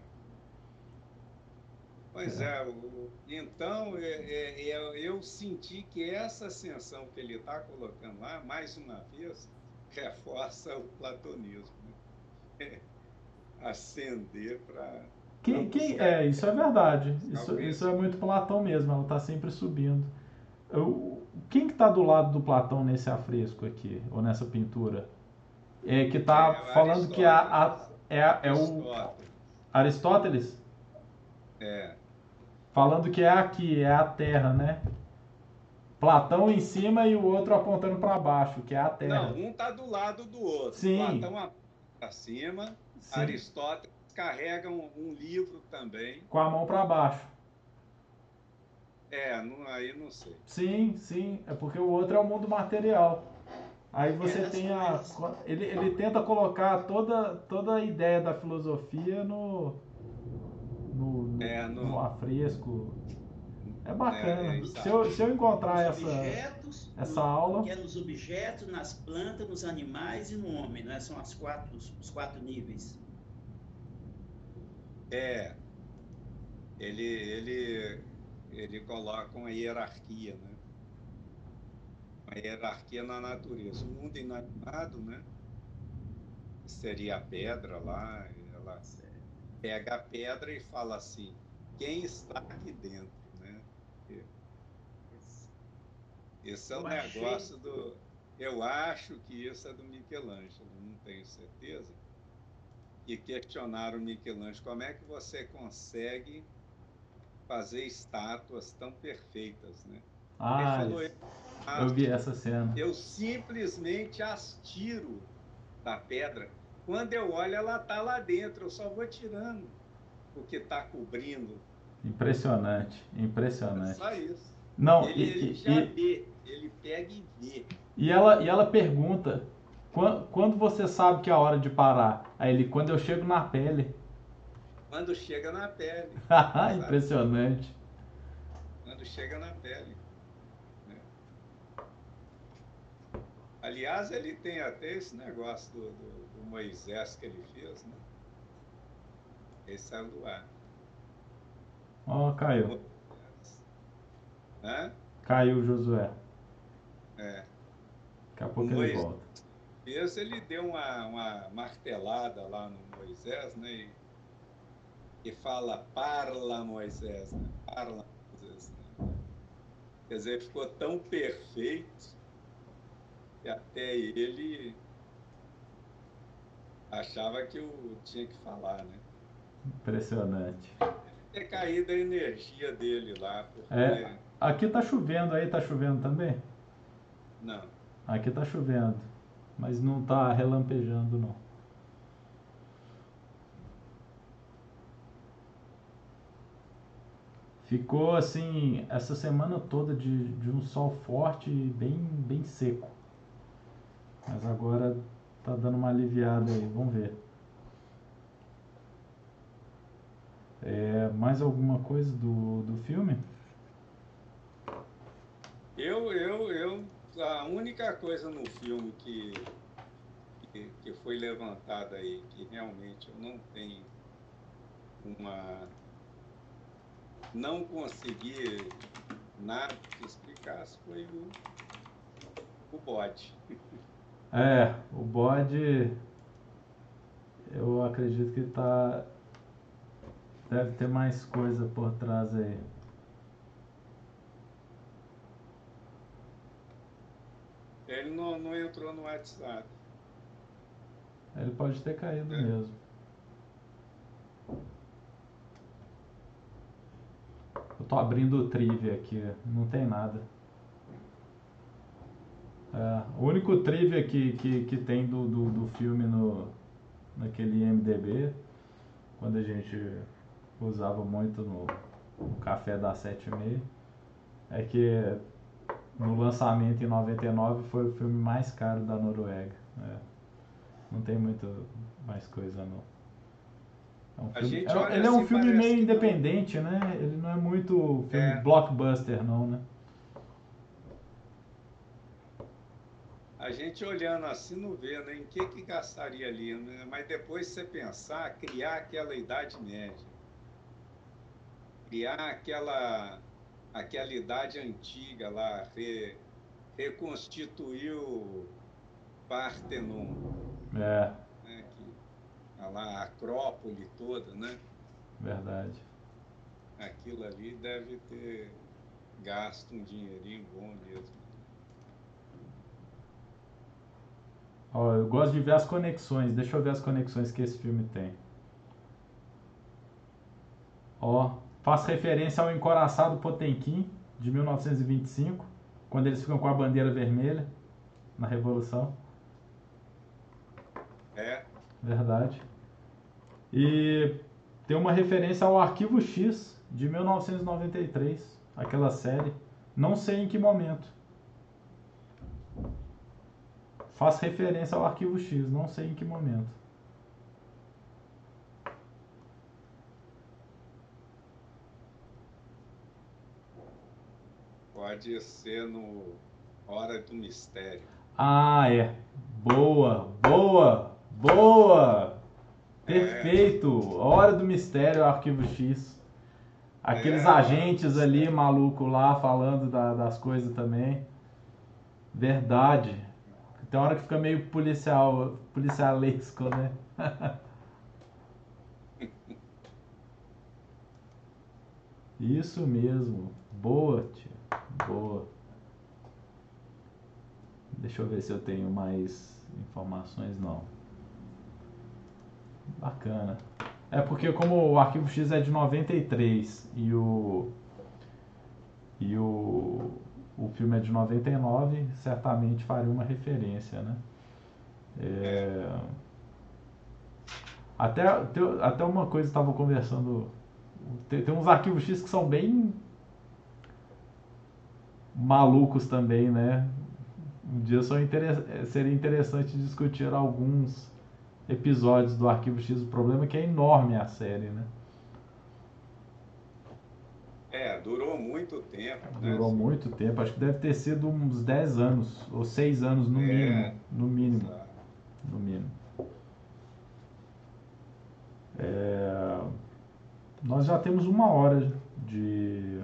Pois é, é o, então é, é, eu senti que essa ascensão que ele está colocando lá, mais uma vez, reforça o platonismo. Né? Ascender para... Que, que, é, isso é verdade. Isso, isso é muito Platão mesmo, ela está sempre subindo. Eu, quem que está do lado do Platão nesse afresco aqui, ou nessa pintura? É que está é, falando que a, a, é, é o Aristóteles? É. Falando que é aqui, é a Terra, né? Platão em cima e o outro apontando para baixo, que é a Terra. Não, um está do lado do outro. Sim. Platão aponta para cima, Sim. Aristóteles carrega um, um livro também. Com a mão para baixo. É, não, aí não sei. Sim, sim, é porque o outro é o mundo material. Aí você é, tem a... Ele, ele tenta colocar toda, toda a ideia da filosofia no, no, no, é, no... no afresco. É bacana. É, é, se, eu, se eu encontrar essa, objetos, essa no, aula... Que é nos objetos, nas plantas, nos animais e no homem, né? São as quatro, os quatro níveis. É, ele, ele, ele coloca uma hierarquia, né? Uma hierarquia na natureza. O mundo inanimado, né? Seria a pedra lá, ela pega a pedra e fala assim, quem está aqui dentro, né? Esse é o negócio do... Eu acho que isso é do Michelangelo, não tenho certeza. E questionaram o Michelangelo, como é que você consegue fazer estátuas tão perfeitas, né? Ele Ah, falou, eu, eu vi essa cena. eu simplesmente as tiro da pedra. Quando eu olho, ela está lá dentro, eu só vou tirando o que está cobrindo. Impressionante, impressionante. É só isso. Não, ele, e, ele e, já e, vê, ele pega e vê. E ela, e ela pergunta, quando, quando você sabe que é a hora de parar? Aí ele, quando eu chego na pele. Quando chega na pele. Impressionante. Quando chega na pele. Aliás, ele tem até esse negócio do, do, do Moisés que ele fez, né? Esse é do ar. Ó, oh, caiu. Hã? Caiu o Josué. É. Daqui a pouco o ele Moisés, volta. Fez, ele deu uma, uma martelada lá no Moisés, né? E, e fala, parla, Moisés, né? Parla, Moisés. Né? Quer dizer, ficou tão perfeito que até ele achava que eu tinha que falar, né? Impressionante. Deve ter caído a energia dele lá, porque... É, aqui tá chovendo, aí tá chovendo também? Não. Aqui tá chovendo, mas não tá relampejando, não. Ficou assim, essa semana toda de, de um sol forte e bem, bem seco. Mas agora tá dando uma aliviada aí, vamos ver. É, mais alguma coisa do, do filme? Eu, eu, eu, a única coisa no filme que, que, que foi levantada aí, que realmente eu não tenho uma... não consegui nada que explicasse, foi o, o bode. É, o bode, eu acredito que tá, deve ter mais coisa por trás aí. Ele não, não entrou no WhatsApp. Ele pode ter caído É. mesmo. Eu tô abrindo o trivia aqui, não tem nada. É, o único trivia que, que, que tem do, do, do filme no, naquele I M D B, quando a gente usava muito no, no café das sete e meia, é que no lançamento em noventa e nove foi o filme mais caro da Noruega. É. Não tem muito mais coisa não. É um A filme, gente é, olha ele é um assim, filme parece meio que não. independente, né? Ele não é muito filme É. blockbuster não, né? A gente olhando assim não vê, né? Em que que gastaria ali, né? Mas depois você pensar, criar aquela Idade Média, criar aquela, aquela idade antiga lá, re, reconstituir o Partenon, É, né? Que, lá, a Acrópole toda, né? verdade. Aquilo ali deve ter gasto um dinheirinho bom mesmo. Ó, eu gosto de ver as conexões. Deixa eu ver as conexões que esse filme tem. Ó, faz referência ao Encoraçado Potemkin, de mil novecentos e vinte e cinco, quando eles ficam com a bandeira vermelha na Revolução. É. Verdade. E tem uma referência ao Arquivo X, de mil novecentos e noventa e três, aquela série. Não sei em que momento. Faz referência ao Arquivo X, não sei em que momento. Pode ser no Hora do Mistério. Ah, é. Boa, boa, boa! Perfeito! Hora do Mistério, Arquivo X. aqueles É, agentes ali, é. maluco lá, falando da- das coisas também. Verdade. Tem hora que fica meio policial, policialesco, né? Isso mesmo. Boa, tia. Boa. Deixa eu ver se eu tenho mais informações. Não. Bacana. É porque como o Arquivo X é de noventa e três e o e o o filme é de noventa e nove, certamente faria uma referência, né? É, É, até até uma coisa que estava conversando, tem, tem uns arquivos X que são bem malucos também, né? Um dia só inter... seria interessante discutir alguns episódios do Arquivo X. O problema é que é enorme a série, né? é, durou muito tempo, né? Durou Foi, muito tempo, acho que deve ter sido uns dez anos, ou seis anos no mínimo. é, No mínimo. exato. No mínimo. É, nós já temos uma hora de.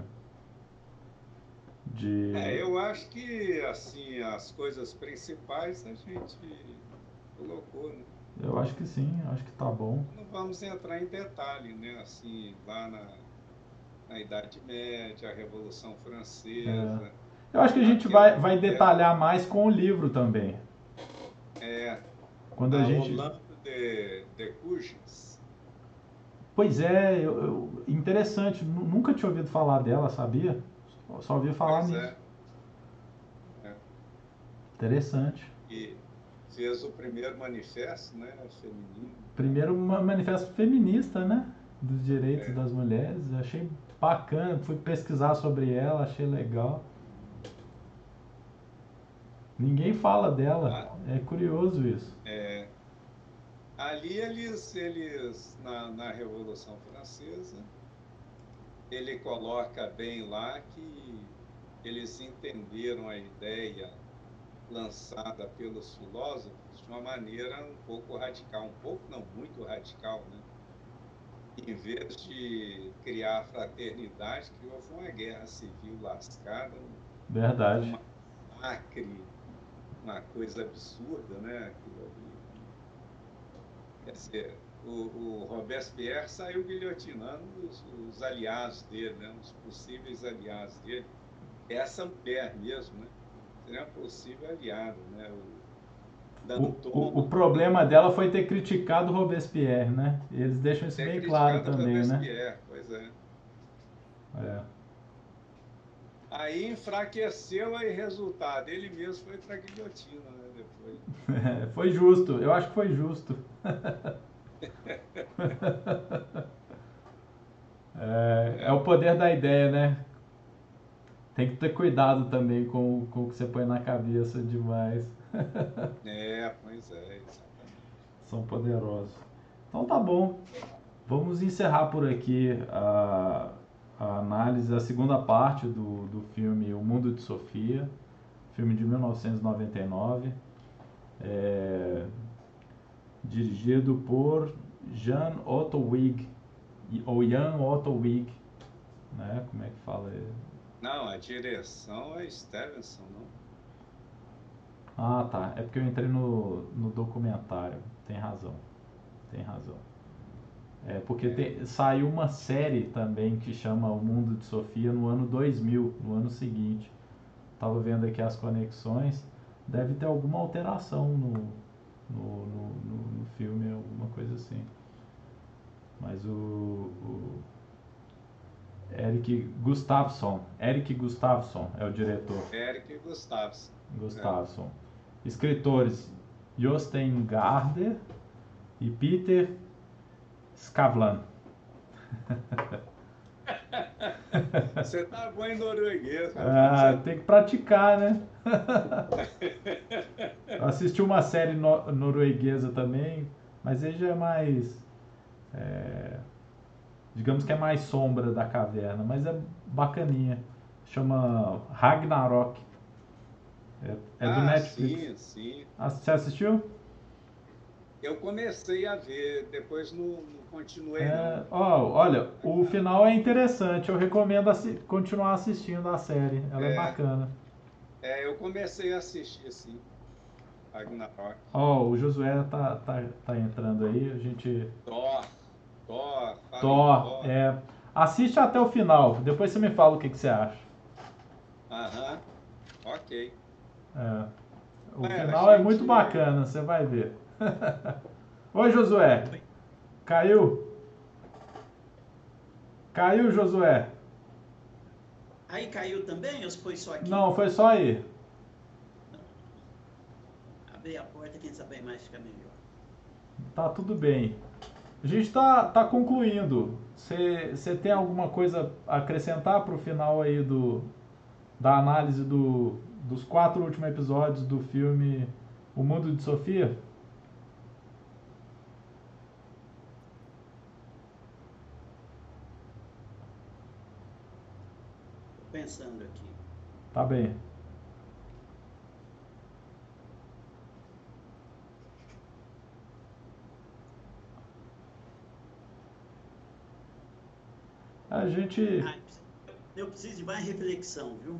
É, de. eu acho que, assim, as coisas principais a gente colocou, né? Eu acho que sim, acho que tá bom. Não vamos entrar em detalhe, né? Assim, lá na, na Idade Média, a Revolução É, Francesa, eu acho que a gente até, vai, vai até detalhar mais com o livro também. é, Quando a a gente. Hollande de, de Cugis. Pois é, eu, eu- interessante, nu- nunca tinha ouvido falar dela, sabia? Só só ouvi falar Pois nisso. é, é, Interessante. e fez o primeiro manifesto, né, feminino, né? Primeiro uma manifesto feminista, né? Dos direitos É, das mulheres. Eu achei bacana, fui pesquisar sobre ela, achei legal. Ninguém fala dela, a- é curioso isso. é, ali eles, eles na, na Revolução Francesa, ele coloca bem lá que eles entenderam a ideia lançada pelos filósofos de uma maneira um pouco radical, um pouco não, muito radical, né? Em vez de criar a fraternidade, criou foi uma guerra civil lascada, um, Verdade. um massacre, uma coisa absurda, né? Aquilo ali. Quer dizer, o, o Robespierre saiu guilhotinando os, os aliados dele, né? Os possíveis aliados dele. Essa mulher mesmo, né? Seria um possível aliado, né? O O, o, o Danton, problema dela foi ter criticado o Robespierre, né? Eles deixam isso até bem claro criticado também, né? Robespierre, pois é. É. Aí enfraqueceu e resultado, ele mesmo foi para a guilhotina, né, depois. Foi justo, eu acho que foi justo. É, é o É, poder da ideia, né? Tem que ter cuidado também com, com o que você põe na cabeça demais. é, pois é, exatamente. São poderosos. Então tá bom. Vamos encerrar por aqui a, a análise, a segunda parte do, do filme O Mundo de Sofia, filme de mil novecentos e noventa e nove, é, dirigido por Jan Otto Wig, ou Jan Otto Wig, né? Como é que fala? Não, a direção é Stevenson, não? Ah, tá. É porque eu entrei no, no documentário. Tem razão. Tem razão. É porque É, tem- saiu uma série também que chama O Mundo de Sofia no ano dois mil, no ano seguinte. Tava vendo aqui as conexões. Deve ter alguma alteração no, no, no, no- no filme, alguma coisa assim. Mas o, o Eric Gustafsson, Eric Gustafsson é o diretor. Eric Gustafsson. É. Gustafsson. Escritores Jostein Gaarder e Peter Skavlan. Você tá bom em norueguês, Ah, rapaz. tem que praticar, né? Eu assisti uma série no- norueguesa também, mas aí já é mais. é, digamos que é mais sombra da caverna, mas é bacaninha. Chama Ragnarok. É, é do Ah, Netflix. sim, sim. Ah, você assistiu? Eu comecei a ver, depois não, não continuei, É, não. ó, olha, o final é interessante. Eu recomendo assi- continuar assistindo a série. Ela é É, bacana. é, eu comecei a assistir, sim, Ragnarok. Ó, o Josué tá, tá, tá entrando aí. A gente. Thor, Thor, fala em Thor, Thor. é. Assiste até o final. Depois você me fala o que, que você acha. Aham, ok. É. O É, a final é muito gente. bacana, você vai ver. Oi, Josué. Oi. Caiu? Caiu, Josué? Aí caiu também ou foi só aqui? Não, foi só aí. Abrir a porta, quem sabe mais fica melhor. Tá tudo bem. A gente tá, tá concluindo. Você tem alguma coisa a acrescentar pro final aí do, da análise do, dos quatro últimos episódios do filme O Mundo de Sofia? Tô pensando aqui. Tá bem. A gente. Ah, eu preciso de mais reflexão, viu?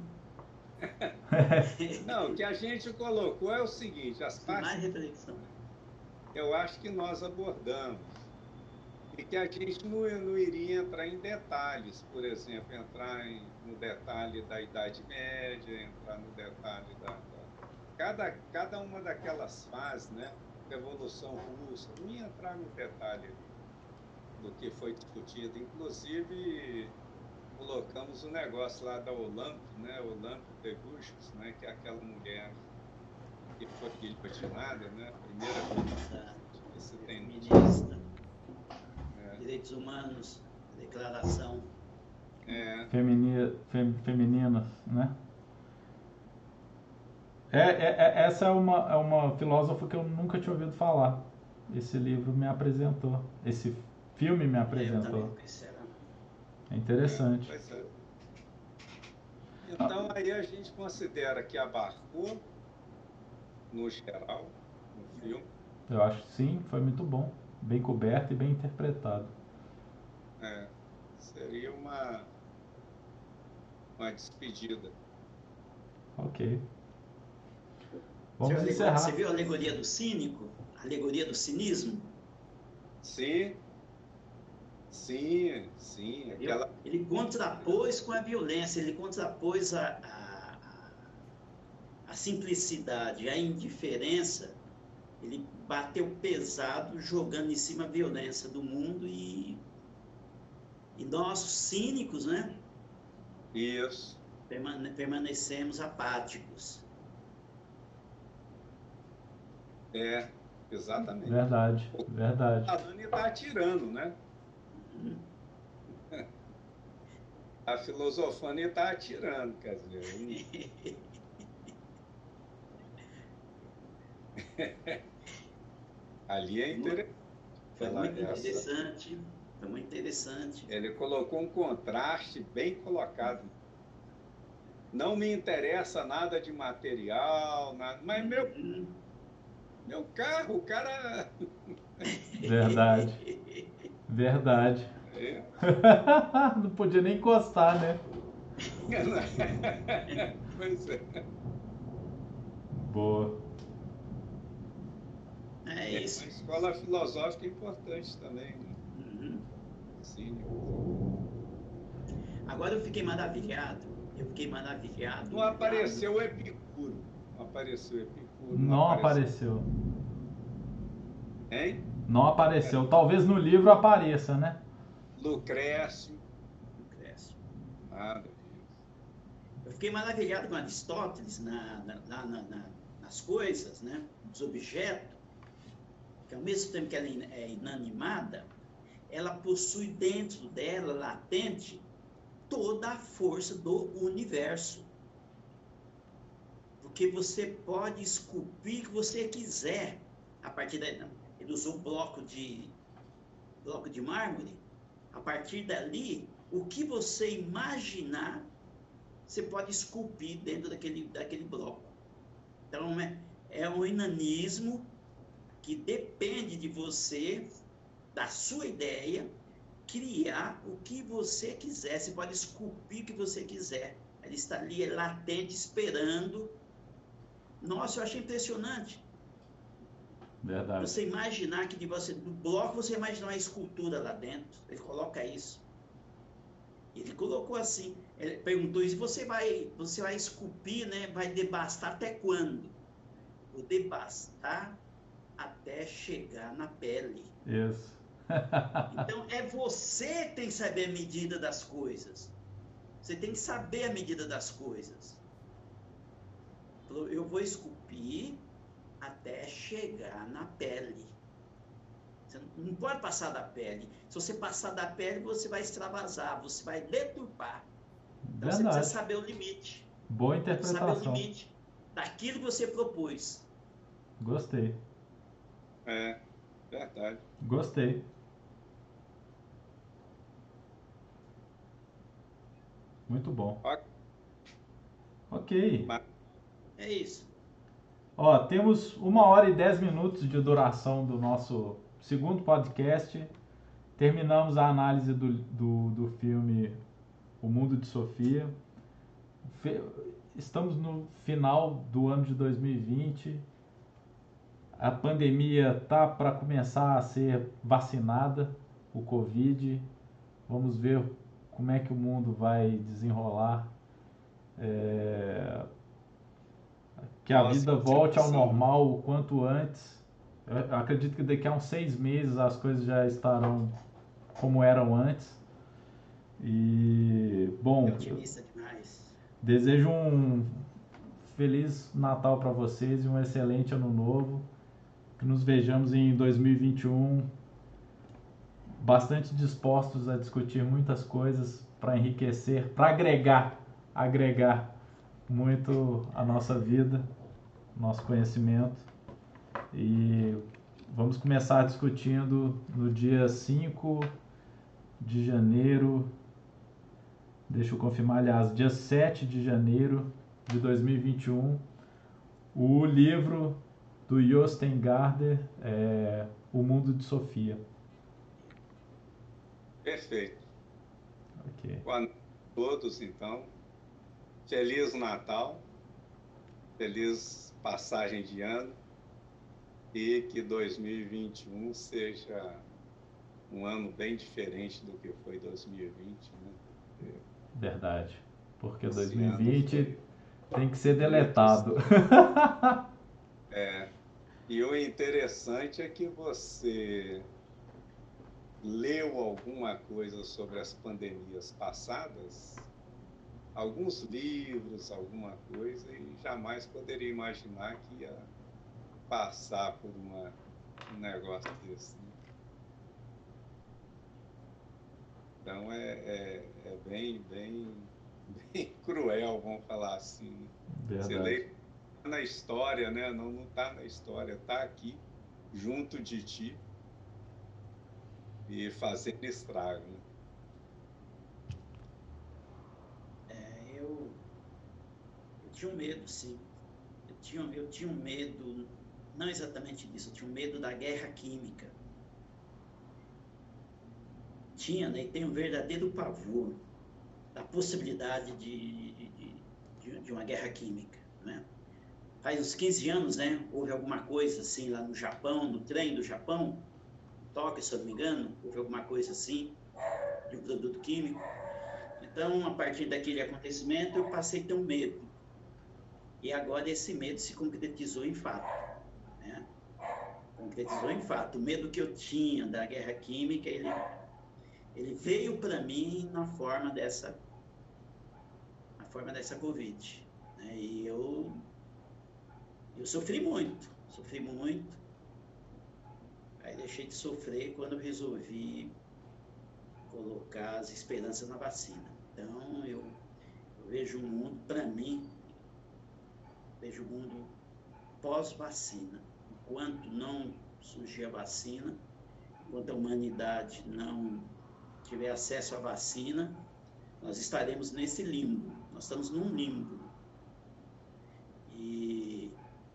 Não, o que a gente colocou é o seguinte, as Preciso de mais partes reflexão. eu acho que nós abordamos. E que a gente não, não iria entrar em detalhes, por exemplo, entrar em, no detalhe da Idade Média, entrar no detalhe da, da cada, cada uma daquelas fases, né? Revolução Russa, não ia entrar no detalhe ali do que foi discutido. Inclusive, colocamos o negócio lá da Olamp, né? Olamp de Gouges, né? Que é aquela mulher que foi guilhotinada, né? A primeira Exato. que se tem Feminista, é, direitos humanos, declaração. é, Femini, fem, femininas, né? É, é, é- essa é uma, é uma filósofa que eu nunca tinha ouvido falar. Esse livro me apresentou. Esse filme me Eu apresentou. também conheci ela. É é, interessante. pois é. Então, aí a gente considera que abarcou, no geral, no filme. Eu acho que sim, foi muito bom. Bem coberto e bem interpretado. É, seria uma, uma despedida. Ok. Você Vamos viu, a alegoria, encerrar. você viu a alegoria do cínico? A alegoria do cinismo? Sim, sim, sim. Viu? Aquela, Ele contrapôs com a violência, ele contrapôs a, a, a simplicidade, a indiferença. Ele bateu pesado, jogando em cima a violência do mundo e, e nós, cínicos, né, isso. permane- permanecemos apáticos. É, exatamente. Verdade, verdade. A Dani está atirando, né? Uhum. A filosofando e está atirando, quer dizer. Ali é interessante. Foi Ela- muito essa- interessante, foi muito interessante. Ele colocou um contraste bem colocado. Não me interessa nada de material, nada, mas meu, Uhum. meu carro, o cara. Verdade. Verdade. É. Não podia nem encostar, né? Pois é. Boa. É É isso. uma escola filosófica importante também, né? Uhum. Sim. Agora eu fiquei maravilhado. Eu fiquei maravilhado. Não apareceu o Epicuro. Não apareceu o Epicuro. Não apareceu. Hein? Não apareceu. Talvez no livro apareça, né? Lucrécio. Lucrécio. Nada disso. Eu fiquei maravilhado com Aristóteles na, na, na, na, nas coisas, né? Dos objetos, que ao mesmo tempo que ela é inanimada, ela possui dentro dela, latente, toda a força do universo. Porque você pode esculpir o que você quiser. A partir daí, ele usou bloco de, bloco de mármore. A partir dali, o que você imaginar, você pode esculpir dentro daquele, daquele bloco. Então, é, é um inanismo que depende de você, da sua ideia, criar o que você quiser. Você pode esculpir o que você quiser. Ele está ali latente, esperando. Nossa, eu achei impressionante. Verdade. Você imaginar que de você, do bloco você imaginar uma escultura lá dentro. Ele coloca isso. Ele colocou assim. Ele perguntou isso. Você vai, você vai esculpir, né? Vai debastar até quando? O debastar até chegar na pele. Isso. Então, é você que tem que saber a medida das coisas. Você tem que saber a medida das coisas. Eu vou esculpir até chegar na pele. Você não pode passar da pele. Se você passar da pele, você vai extravasar, você vai deturpar. Então, Verdade. você precisa saber o limite. Boa interpretação. Saber o limite daquilo que você propôs. Gostei. É, verdade. Gostei. Muito bom. Ok. É isso. Ó, temos uma hora e dez minutos de duração do nosso segundo podcast. Terminamos a análise do, do, do filme O Mundo de Sofia. Fe- Estamos no final do ano de dois mil e vinte. A pandemia tá para começar a ser vacinada, o Covid. Vamos ver como é que o mundo vai desenrolar. É, que a Nossa, vida volte ao sim. normal o quanto antes. Eu acredito que daqui a uns seis meses as coisas já estarão como eram antes. E, bom, É otimista demais. desejo um feliz Natal para vocês e um excelente ano novo. Que nos vejamos em dois mil e vinte e um bastante dispostos a discutir muitas coisas para enriquecer, para agregar, agregar muito a nossa vida, nosso conhecimento. E vamos começar discutindo no dia cinco de janeiro, deixa eu confirmar, aliás, dia sete de janeiro de dois mil e vinte e um, o livro do Jostein Gaarder, é, O Mundo de Sofia. Perfeito. Ok. Boa noite a todos, então. Feliz Natal, feliz passagem de ano e que dois mil e vinte e um seja um ano bem diferente do que foi dois mil e vinte, né? Porque Verdade. Porque esse dois mil e ano vinte foi tem que ser muito deletado. estranho. É, e o interessante é que você leu alguma coisa sobre as pandemias passadas, alguns livros, alguma coisa, e jamais poderia imaginar que ia passar por uma, um negócio desse, né? Então é, é, é bem, bem, bem cruel, vamos falar assim. Você Verdade. lê na história, né? Não não está na história, está aqui junto de ti e fazendo estrago, né? É, eu, eu tinha um medo, sim. Eu tinha, eu tinha um medo, não exatamente disso, eu tinha um medo da guerra química. Tinha, né, e tenho um verdadeiro pavor da possibilidade de, de, de, de uma guerra química, né? Faz uns quinze anos, né, houve alguma coisa assim lá no Japão, no trem do Japão, Tóquio, se eu não me engano, houve alguma coisa assim, de um produto químico. Então, a partir daquele acontecimento, eu passei a ter um medo. E agora esse medo se concretizou em fato, né? Concretizou em fato. O medo que eu tinha da guerra química, ele, ele veio para mim na forma dessa, na forma dessa Covid, né? E eu, eu sofri muito, sofri muito. Aí deixei de sofrer quando eu resolvi colocar as esperanças na vacina. Então, eu, eu vejo o mundo, para mim, vejo o mundo pós-vacina. Enquanto não surgir a vacina, enquanto a humanidade não tiver acesso à vacina, nós estaremos nesse limbo. Nós estamos num limbo. E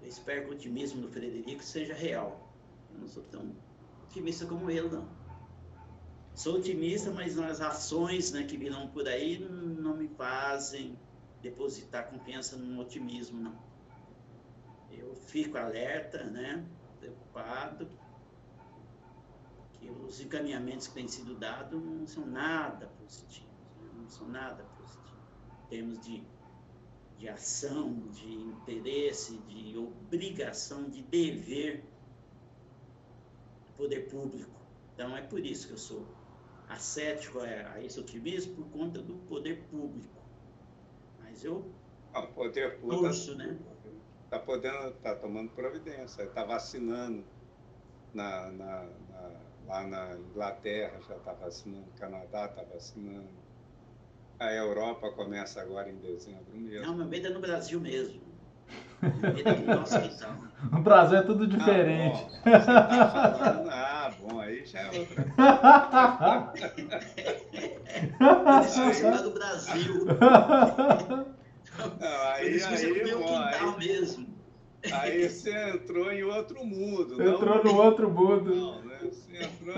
Eu espero que o otimismo do Frederico seja real. Eu não sou tão otimista como ele, não. Sou otimista, mas as ações, né, que virão por aí não me fazem depositar confiança no otimismo, não. Eu fico alerta, né, preocupado, que os encaminhamentos que têm sido dados não são nada positivos, né? Não são nada positivos. Em termos de, de ação, de interesse, de obrigação, de dever do poder público. Então, é por isso que eu sou ascético a esse otimismo, por conta do poder público. Mas eu o poder público torço, né? Está podendo, tá tomando providência, está vacinando na, na, na, lá na Inglaterra, já está vacinando, no Canadá está vacinando. A Europa começa agora em dezembro mesmo. Não, meu medo é no Brasil mesmo. Meu medo é no nosso quintal. No Brasil é tudo diferente. Ah, bom, você está falando, ah, bom, aí já é outra coisa. Aí, do Brasil. Não, aí, isso aí, é bom, quintal aí, mesmo. Aí você entrou em outro mundo. Entrou não, no outro mundo. Não, né? Você entrou...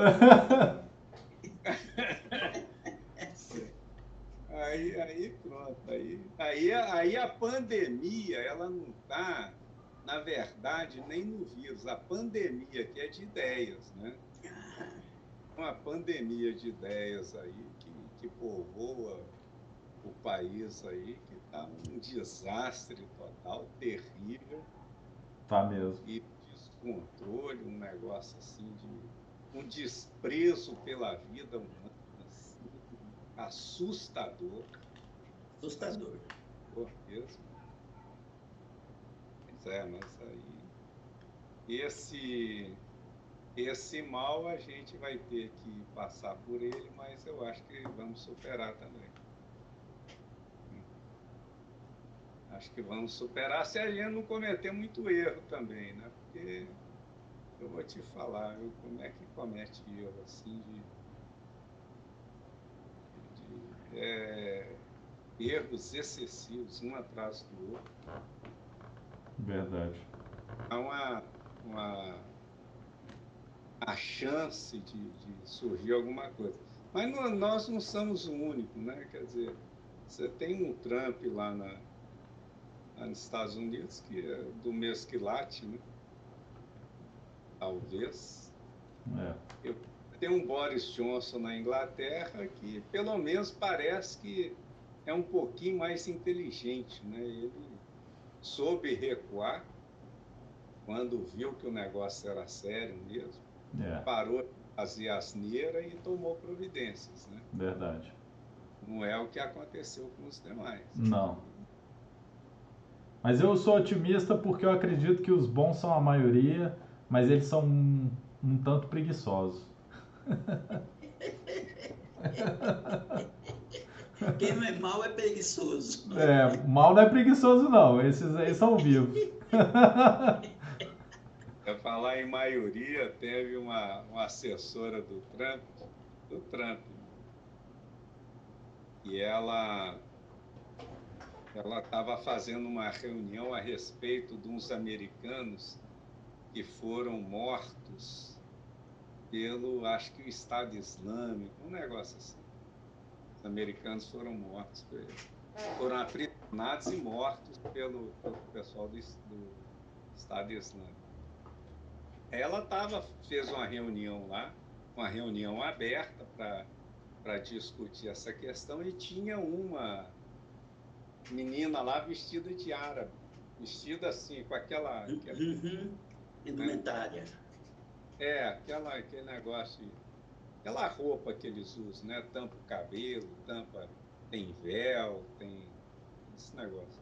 aí, aí pronto. Aí, aí, aí a pandemia, ela não está, na verdade, nem no vírus. A pandemia que é de ideias, né? Uma pandemia de ideias aí que, que povoa o país aí, que está um desastre total, terrível. Tá mesmo. E descontrole, um negócio assim de um desprezo pela vida humana, assim, assustador. Assustador. Assustador mesmo. Pois é, mas aí esse esse mal a gente vai ter que passar por ele, mas eu acho que vamos superar também. Acho que vamos superar se a gente não cometer muito erro também, né? Porque eu vou te falar, viu, como é que comete erro assim de, de é, erros excessivos, um atrás do outro. Verdade. Há uma, uma a chance de, de surgir alguma coisa. Mas não, nós não somos o único, né? Quer dizer, você tem um Trump lá na nos Estados Unidos, que é do mesmo que late, né? Talvez. É. Eu tenho um Boris Johnson na Inglaterra que, pelo menos, parece que é um pouquinho mais inteligente, né? Ele soube recuar quando viu que o negócio era sério mesmo, É. parou de fazer asneira e tomou providências, né? Verdade. Não é o que aconteceu com os demais. Não. Mas eu sou otimista porque eu acredito que os bons são a maioria, mas eles são um, um tanto preguiçosos. Quem não é mau é preguiçoso. É, mal não é preguiçoso não, esses aí são vivos. Para falar em maioria, teve uma, uma assessora do Trump, do Trump, e ela ela estava fazendo uma reunião a respeito de uns americanos que foram mortos pelo, acho que o Estado Islâmico, um negócio assim. Os americanos foram mortos, foram aprisionados e mortos pelo, pelo pessoal do, do Estado Islâmico. Ela tava, fez uma reunião lá, uma reunião aberta para discutir essa questão, e tinha uma menina lá vestida de árabe, vestida assim, com aquela... aquela uhum. Indumentária. Né? É, aquela, aquele negócio, aquela roupa que eles usam, né? Tampa o cabelo, tampa, tem véu, tem esse negócio.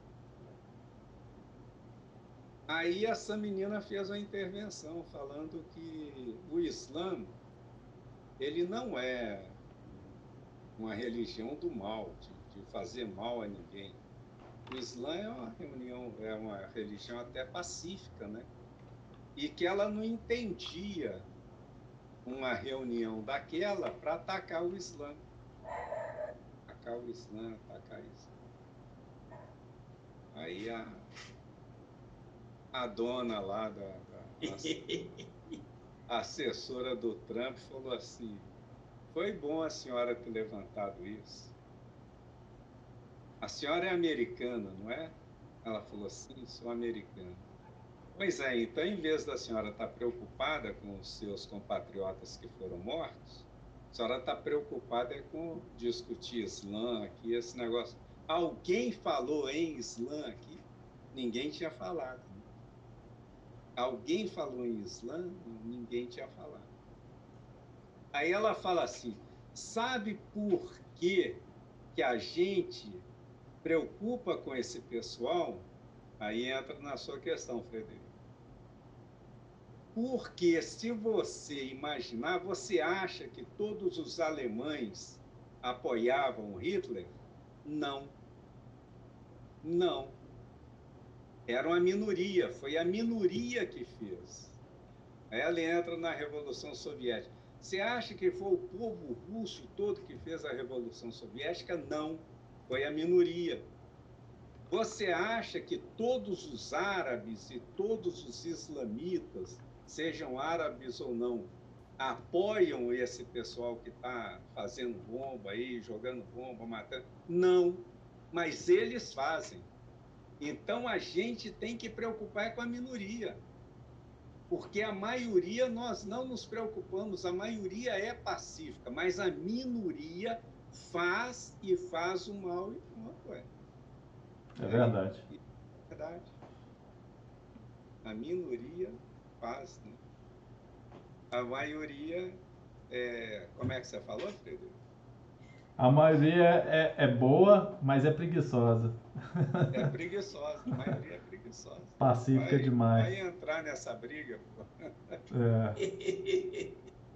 Aí essa menina fez uma intervenção falando que o Islã, ele não é uma religião do mal, de, de fazer mal a ninguém. O Islã é uma reunião, é uma religião até pacífica, né? E que ela não entendia uma reunião daquela para atacar o Islã. Atacar o Islã, atacar isso. Aí a, a dona lá, da, da a assessora do Trump, falou assim, foi bom a senhora ter levantado isso. A senhora é americana, não é? Ela falou, sim, sou americana. Pois é, então, em vez da senhora estar preocupada com os seus compatriotas que foram mortos, a senhora está preocupada com discutir Islã aqui, esse negócio. Alguém falou em Islã aqui? Ninguém tinha falado. Né? Alguém falou em Islã? Ninguém tinha falado. Aí ela fala assim, sabe por que, que a gente preocupa com esse pessoal? Aí entra na sua questão, Frederico. Porque se você imaginar, você acha que todos os alemães apoiavam Hitler? Não. Não. Era uma minoria, foi a minoria que fez. Aí ela entra na Revolução Soviética. Você acha que foi o povo russo todo que fez a Revolução Soviética? Não, foi a minoria. Você acha que todos os árabes e todos os islamitas, sejam árabes ou não, apoiam esse pessoal que está fazendo bomba aí, jogando bomba, matando? Não, mas eles fazem. Então a gente tem que preocupar com a minoria, porque a maioria nós não nos preocupamos, a maioria é pacífica, mas a minoria faz e faz o mal e pronto, é. É verdade. É verdade. A minoria faz, né? A maioria, é... como é que você falou, Frederico? A maioria é, é boa, mas é preguiçosa. É preguiçosa, a maioria é preguiçosa. Pacífica vai, demais. Vai entrar nessa briga, pô. É.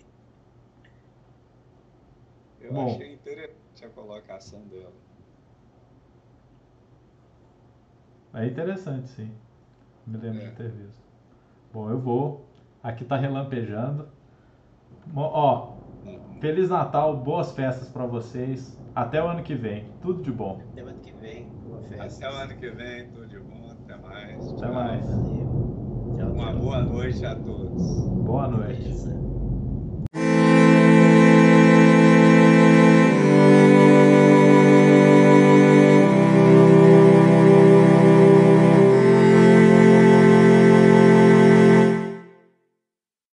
Eu Bom, achei interessante a colocação dela. É interessante, sim. Me lembro É. de ter visto. Bom, eu vou. Aqui tá relampejando. Ó, Uhum. Feliz Natal, boas festas para vocês. Até o ano que vem. Tudo de bom. Até o ano que vem. Boa festa. Até o ano que vem, tudo de bom. Até mais. Até Tchau. mais. Valeu. Tchau, Uma tchau. boa noite a todos. Boa noite. Beleza.